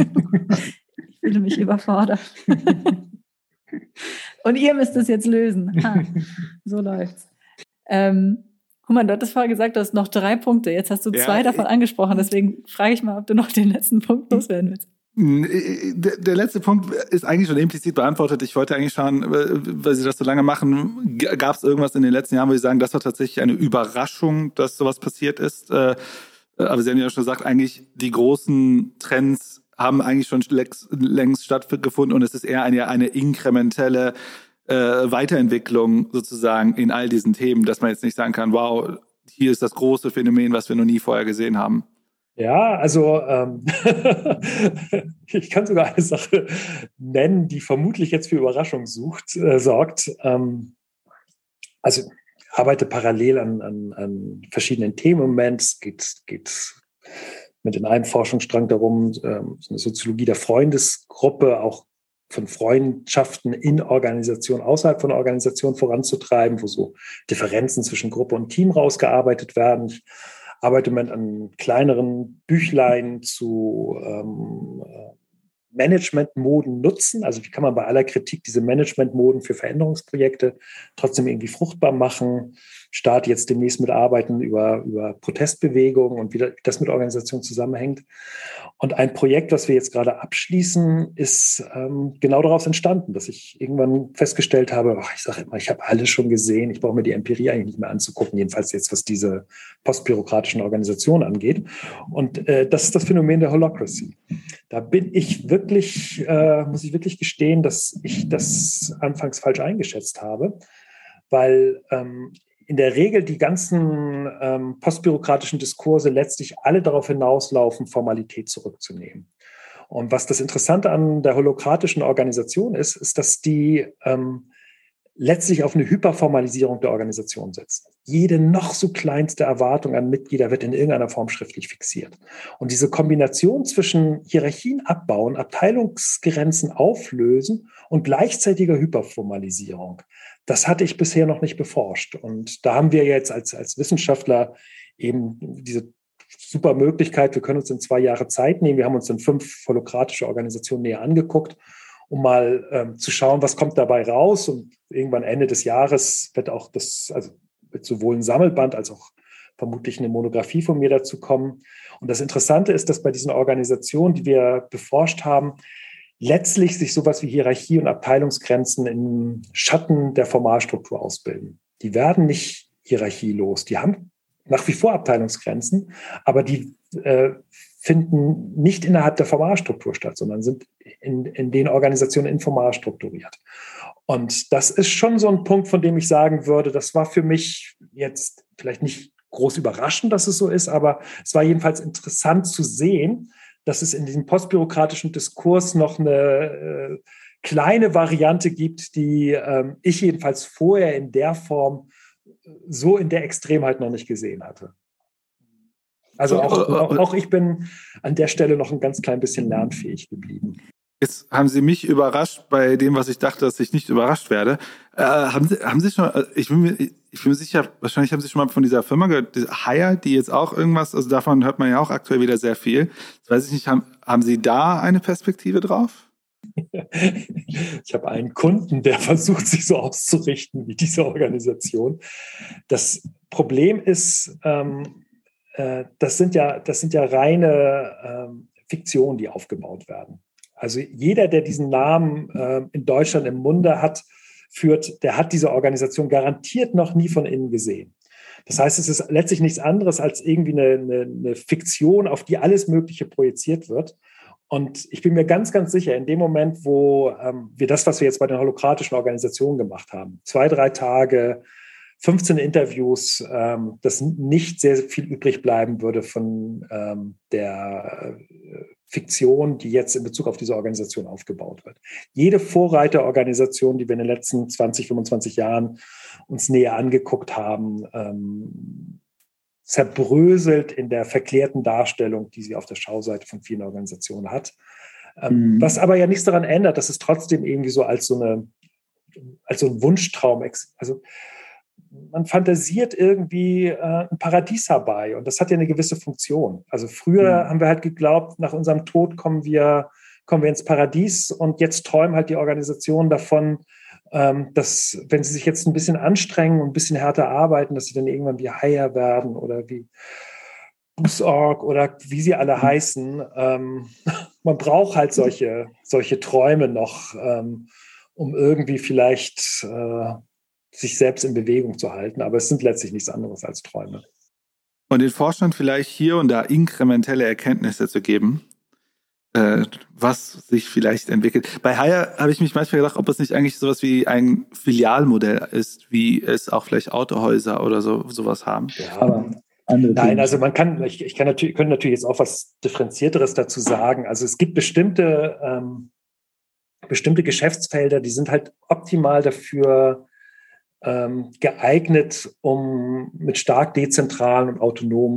Ich fühle mich überfordert. Und ihr müsst es jetzt lösen. Ha, so läuft's. Ähm, Human, du hattest vorher gesagt, du hast noch drei Punkte. Jetzt hast du ja, zwei davon angesprochen. Deswegen frage ich mal, ob du noch den letzten Punkt loswerden willst. Der, der letzte Punkt ist eigentlich schon implizit beantwortet. Ich wollte eigentlich schauen, weil Sie das so lange machen, gab es irgendwas in den letzten Jahren, wo Sie sagen, das war tatsächlich eine Überraschung, dass sowas passiert ist. Aber Sie haben ja schon gesagt, eigentlich die großen Trends haben eigentlich schon längst stattgefunden und es ist eher eine, eine inkrementelle äh, Weiterentwicklung sozusagen in all diesen Themen, dass man jetzt nicht sagen kann, wow, hier ist das große Phänomen, was wir noch nie vorher gesehen haben. Ja, also ähm, ich kann sogar eine Sache nennen, die vermutlich jetzt für Überraschung sucht, äh, sorgt. Ähm, also ich arbeite parallel an, an, an verschiedenen Themen im Moment. Es geht, geht mit in einem Forschungsstrang darum, ähm, so eine Soziologie der Freundesgruppe auch von Freundschaften in Organisationen, außerhalb von Organisationen voranzutreiben, wo so Differenzen zwischen Gruppe und Team rausgearbeitet werden. Ich arbeite mit an kleineren Büchlein zu ähm, Managementmoden nutzen. Also wie kann man bei aller Kritik diese Managementmoden für Veränderungsprojekte trotzdem irgendwie fruchtbar machen? Starte jetzt demnächst mit Arbeiten über, über Protestbewegungen und wie das mit Organisationen zusammenhängt. Und ein Projekt, was wir jetzt gerade abschließen, ist ähm, genau daraus entstanden, dass ich irgendwann festgestellt habe, ach, ich sage immer, ich habe alles schon gesehen, ich brauche mir die Empirie eigentlich nicht mehr anzugucken, jedenfalls jetzt, was diese postbürokratischen Organisationen angeht. Und äh, das ist das Phänomen der Holacracy. Da bin ich wirklich, äh, muss ich wirklich gestehen, dass ich das anfangs falsch eingeschätzt habe, weil ähm, in der Regel die ganzen ähm, postbürokratischen Diskurse letztlich alle darauf hinauslaufen, Formalität zurückzunehmen. Und was das Interessante an der holokratischen Organisation ist, ist, dass die ähm, letztlich auf eine Hyperformalisierung der Organisation setzen. Jede noch so kleinste Erwartung an Mitglieder wird in irgendeiner Form schriftlich fixiert. Und diese Kombination zwischen Hierarchien abbauen, Abteilungsgrenzen auflösen und gleichzeitiger Hyperformalisierung, das hatte ich bisher noch nicht beforscht. Und da haben wir jetzt als, als Wissenschaftler eben diese super Möglichkeit, wir können uns in zwei Jahre Zeit nehmen. Wir haben uns dann fünf holokratische Organisationen näher angeguckt, um mal ähm, zu schauen, was kommt dabei raus. Und irgendwann Ende des Jahres wird auch das, also wird sowohl ein Sammelband als auch vermutlich eine Monographie von mir dazu kommen. Und das Interessante ist, dass bei diesen Organisationen, die wir beforscht haben, letztlich sich sowas wie Hierarchie und Abteilungsgrenzen im Schatten der Formalstruktur ausbilden. Die werden nicht hierarchielos, die haben nach wie vor Abteilungsgrenzen, aber die äh, finden nicht innerhalb der Formalstruktur statt, sondern sind in, in den Organisationen informal strukturiert. Und das ist schon so ein Punkt, von dem ich sagen würde, das war für mich jetzt vielleicht nicht groß überraschend, dass es so ist, aber es war jedenfalls interessant zu sehen, dass es in diesem postbürokratischen Diskurs noch eine äh, kleine Variante gibt, die ähm, ich jedenfalls vorher in der Form so in der Extremheit noch nicht gesehen hatte. Also auch, auch, auch ich bin an der Stelle noch ein ganz klein bisschen lernfähig geblieben. Jetzt haben Sie mich überrascht bei dem, was ich dachte, dass ich nicht überrascht werde. Äh, haben Sie, haben Sie schon, ich bin mir, ich bin mir sicher, wahrscheinlich haben Sie schon mal von dieser Firma gehört, Hire, die jetzt auch irgendwas, also davon hört man ja auch aktuell wieder sehr viel. Das weiß ich nicht, haben, haben Sie da eine Perspektive drauf? Ich habe einen Kunden, der versucht, sich so auszurichten wie diese Organisation. Das Problem ist, ähm, äh, das sind ja, das sind ja reine ähm, Fiktionen, die aufgebaut werden. Also jeder, der diesen Namen äh, in Deutschland im Munde hat, führt, der hat diese Organisation garantiert noch nie von innen gesehen. Das heißt, es ist letztlich nichts anderes als irgendwie eine, eine, eine Fiktion, auf die alles Mögliche projiziert wird. Und ich bin mir ganz, ganz sicher, in dem Moment, wo ähm, wir das, was wir jetzt bei den holokratischen Organisationen gemacht haben, zwei, drei Tage, fünfzehn Interviews, ähm, dass nicht sehr viel übrig bleiben würde von ähm, der äh, Fiktion, die jetzt in Bezug auf diese Organisation aufgebaut wird. Jede Vorreiterorganisation, die wir in den letzten zwanzig, fünfundzwanzig Jahren uns näher angeguckt haben, ähm, zerbröselt in der verklärten Darstellung, die sie auf der Schauseite von vielen Organisationen hat. Ähm, mhm. Was aber ja nichts daran ändert, dass es trotzdem irgendwie so als so eine, als so ein Wunschtraum, also man fantasiert irgendwie äh, ein Paradies herbei und das hat ja eine gewisse Funktion. Also früher mhm. haben wir halt geglaubt, nach unserem Tod kommen wir, kommen wir ins Paradies und jetzt träumen halt die Organisationen davon, ähm, dass wenn sie sich jetzt ein bisschen anstrengen und ein bisschen härter arbeiten, dass sie dann irgendwann wie Hire werden oder wie Busorg oder wie sie alle heißen. Ähm, man braucht halt solche, solche Träume noch, ähm, um irgendwie vielleicht äh, sich selbst in Bewegung zu halten. Aber es sind letztlich nichts anderes als Träume. Und den Forschern vielleicht hier und da inkrementelle Erkenntnisse zu geben, äh, was sich vielleicht entwickelt. Bei Hire habe ich mich manchmal gedacht, ob es nicht eigentlich sowas wie ein Filialmodell ist, wie es auch vielleicht Autohäuser oder so sowas haben. Ja, aber nein, also man kann, ich, ich kann natürlich, können natürlich jetzt auch was Differenzierteres dazu sagen. Also es gibt bestimmte, ähm, bestimmte Geschäftsfelder, die sind halt optimal dafür ähm, geeignet, um mit stark dezentralen und autonomen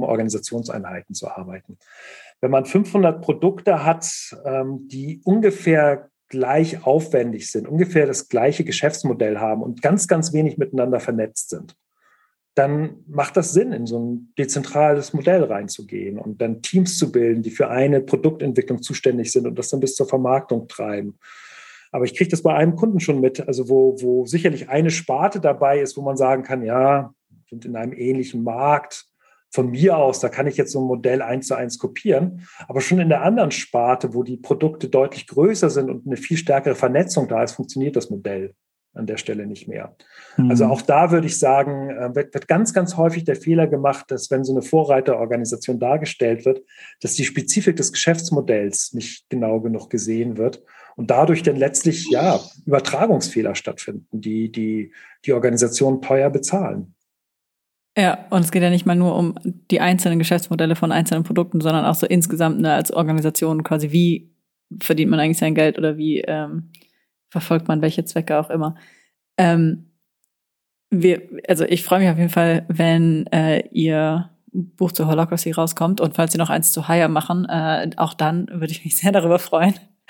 Organisationseinheiten zu arbeiten. Wenn man fünfhundert Produkte hat, ähm, die ungefähr gleich aufwendig sind, ungefähr das gleiche Geschäftsmodell haben und ganz, ganz wenig miteinander vernetzt sind, dann macht das Sinn, in so ein dezentrales Modell reinzugehen und dann Teams zu bilden, die für eine Produktentwicklung zuständig sind und das dann bis zur Vermarktung treiben. Aber ich kriege das bei einem Kunden schon mit, also wo, wo sicherlich eine Sparte dabei ist, wo man sagen kann, ja, sind in einem ähnlichen Markt. Von mir aus, da kann ich jetzt so ein Modell eins zu eins kopieren, aber schon in der anderen Sparte, wo die Produkte deutlich größer sind und eine viel stärkere Vernetzung da ist, funktioniert das Modell an der Stelle nicht mehr. Mhm. Also auch da würde ich sagen, wird, wird ganz, ganz häufig der Fehler gemacht, dass wenn so eine Vorreiterorganisation dargestellt wird, dass die Spezifik des Geschäftsmodells nicht genau genug gesehen wird und dadurch dann letztlich ja Übertragungsfehler stattfinden, die die, die Organisationen teuer bezahlen. Ja, und es geht ja nicht mal nur um die einzelnen Geschäftsmodelle von einzelnen Produkten, sondern auch so insgesamt ne, als Organisation quasi, wie verdient man eigentlich sein Geld oder wie ähm, verfolgt man welche Zwecke auch immer. Ähm, wir, also ich freue mich auf jeden Fall, wenn äh, ihr Buch zu Holacracy rauskommt und falls sie noch eins zu Hire machen, äh, auch dann würde ich mich sehr darüber freuen.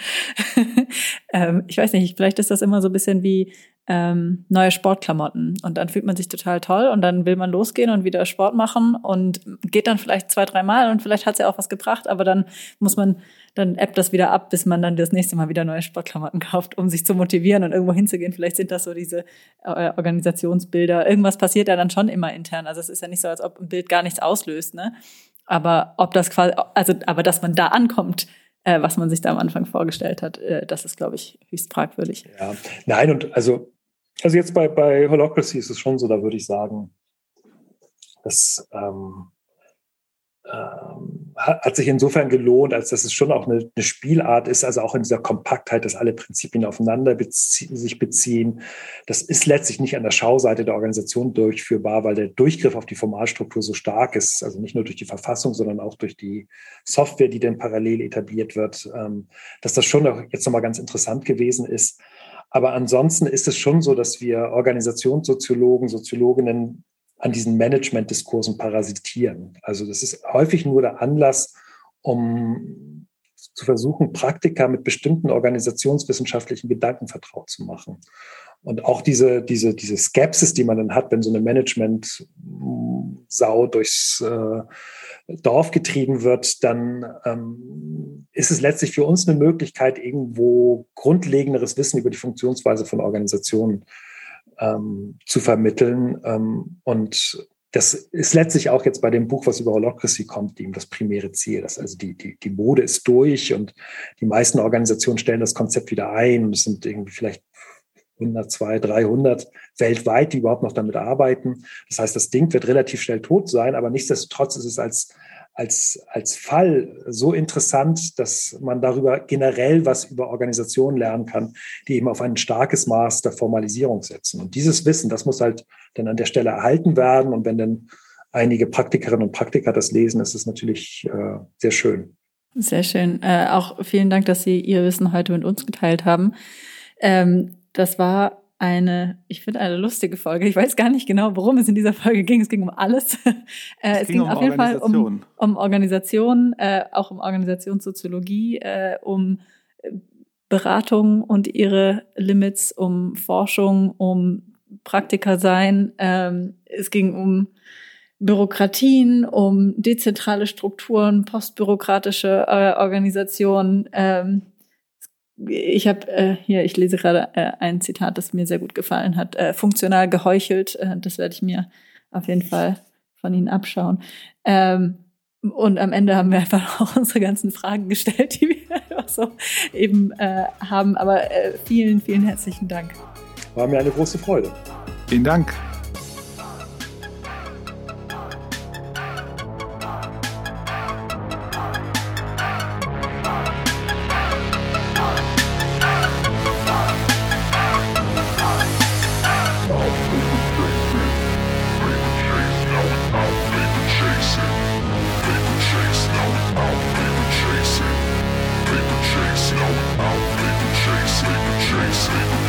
ähm, ich weiß nicht, vielleicht ist das immer so ein bisschen wie ähm, neue Sportklamotten und dann fühlt man sich total toll und dann will man losgehen und wieder Sport machen und geht dann vielleicht zwei, drei Mal und vielleicht hat es ja auch was gebracht, aber dann muss man, dann ebbt das wieder ab, bis man dann das nächste Mal wieder neue Sportklamotten kauft, um sich zu motivieren und irgendwo hinzugehen. Vielleicht sind das so diese äh, Organisationsbilder. Irgendwas passiert ja dann schon immer intern. Also es ist ja nicht so, als ob ein Bild gar nichts auslöst, ne? Aber ob das quasi, also aber dass man da ankommt, äh, was man sich da am Anfang vorgestellt hat, äh, das ist, glaube ich, höchst fragwürdig. Ja, nein, und also Also jetzt bei, bei Holacracy ist es schon so, da würde ich sagen, das ähm, ähm, hat, hat sich insofern gelohnt, als dass es schon auch eine, eine Spielart ist, also auch in dieser Kompaktheit, dass alle Prinzipien aufeinander bezie- sich beziehen. Das ist letztlich nicht an der Schauseite der Organisation durchführbar, weil der Durchgriff auf die Formalstruktur so stark ist, also nicht nur durch die Verfassung, sondern auch durch die Software, die dann parallel etabliert wird, ähm, dass das schon auch jetzt nochmal ganz interessant gewesen ist. Aber ansonsten ist es schon so, dass wir Organisationssoziologen, Soziologinnen an diesen Management-Diskursen parasitieren. Also das ist häufig nur der Anlass, um zu versuchen, Praktika mit bestimmten organisationswissenschaftlichen Gedanken vertraut zu machen. Und auch diese, diese, diese Skepsis, die man dann hat, wenn so eine Management-Sau durchs äh, Dorf getrieben wird, dann ähm, ist es letztlich für uns eine Möglichkeit, irgendwo grundlegenderes Wissen über die Funktionsweise von Organisationen ähm, zu vermitteln. Ähm, und das ist letztlich auch jetzt bei dem Buch, was über Holacracy kommt, eben das primäre Ziel. Das also die, die, die Mode ist durch und die meisten Organisationen stellen das Konzept wieder ein. Und es sind irgendwie vielleicht hundert, zweihundert, dreihundert weltweit, die überhaupt noch damit arbeiten. Das heißt, das Ding wird relativ schnell tot sein, aber nichtsdestotrotz ist es als, als, als Fall so interessant, dass man darüber generell was über Organisationen lernen kann, die eben auf ein starkes Maß der Formalisierung setzen. Und dieses Wissen, das muss halt dann an der Stelle erhalten werden. Und wenn dann einige Praktikerinnen und Praktiker das lesen, ist es natürlich äh, sehr schön. Sehr schön. Äh, auch vielen Dank, dass Sie Ihr Wissen heute mit uns geteilt haben. Ähm, Das war eine, ich finde, eine lustige Folge. Ich weiß gar nicht genau, worum es in dieser Folge ging. Es ging um alles. Äh, es, es ging, ging um auf jeden Fall um, um Organisation, äh, auch um Organisationssoziologie, äh, um Beratung und ihre Limits, um Forschung, um Praktiker sein. Ähm, es ging um Bürokratien, um dezentrale Strukturen, postbürokratische äh, Organisationen. Ähm, Ich habe äh, hier, ich lese gerade äh, ein Zitat, das mir sehr gut gefallen hat. Äh, funktional geheuchelt, äh, das werde ich mir auf jeden Fall von Ihnen abschauen. Ähm, und am Ende haben wir einfach auch unsere ganzen Fragen gestellt, die wir einfach so eben äh, haben. Aber äh, vielen, vielen herzlichen Dank. War mir eine große Freude. Vielen Dank. Chasing, paper chasing,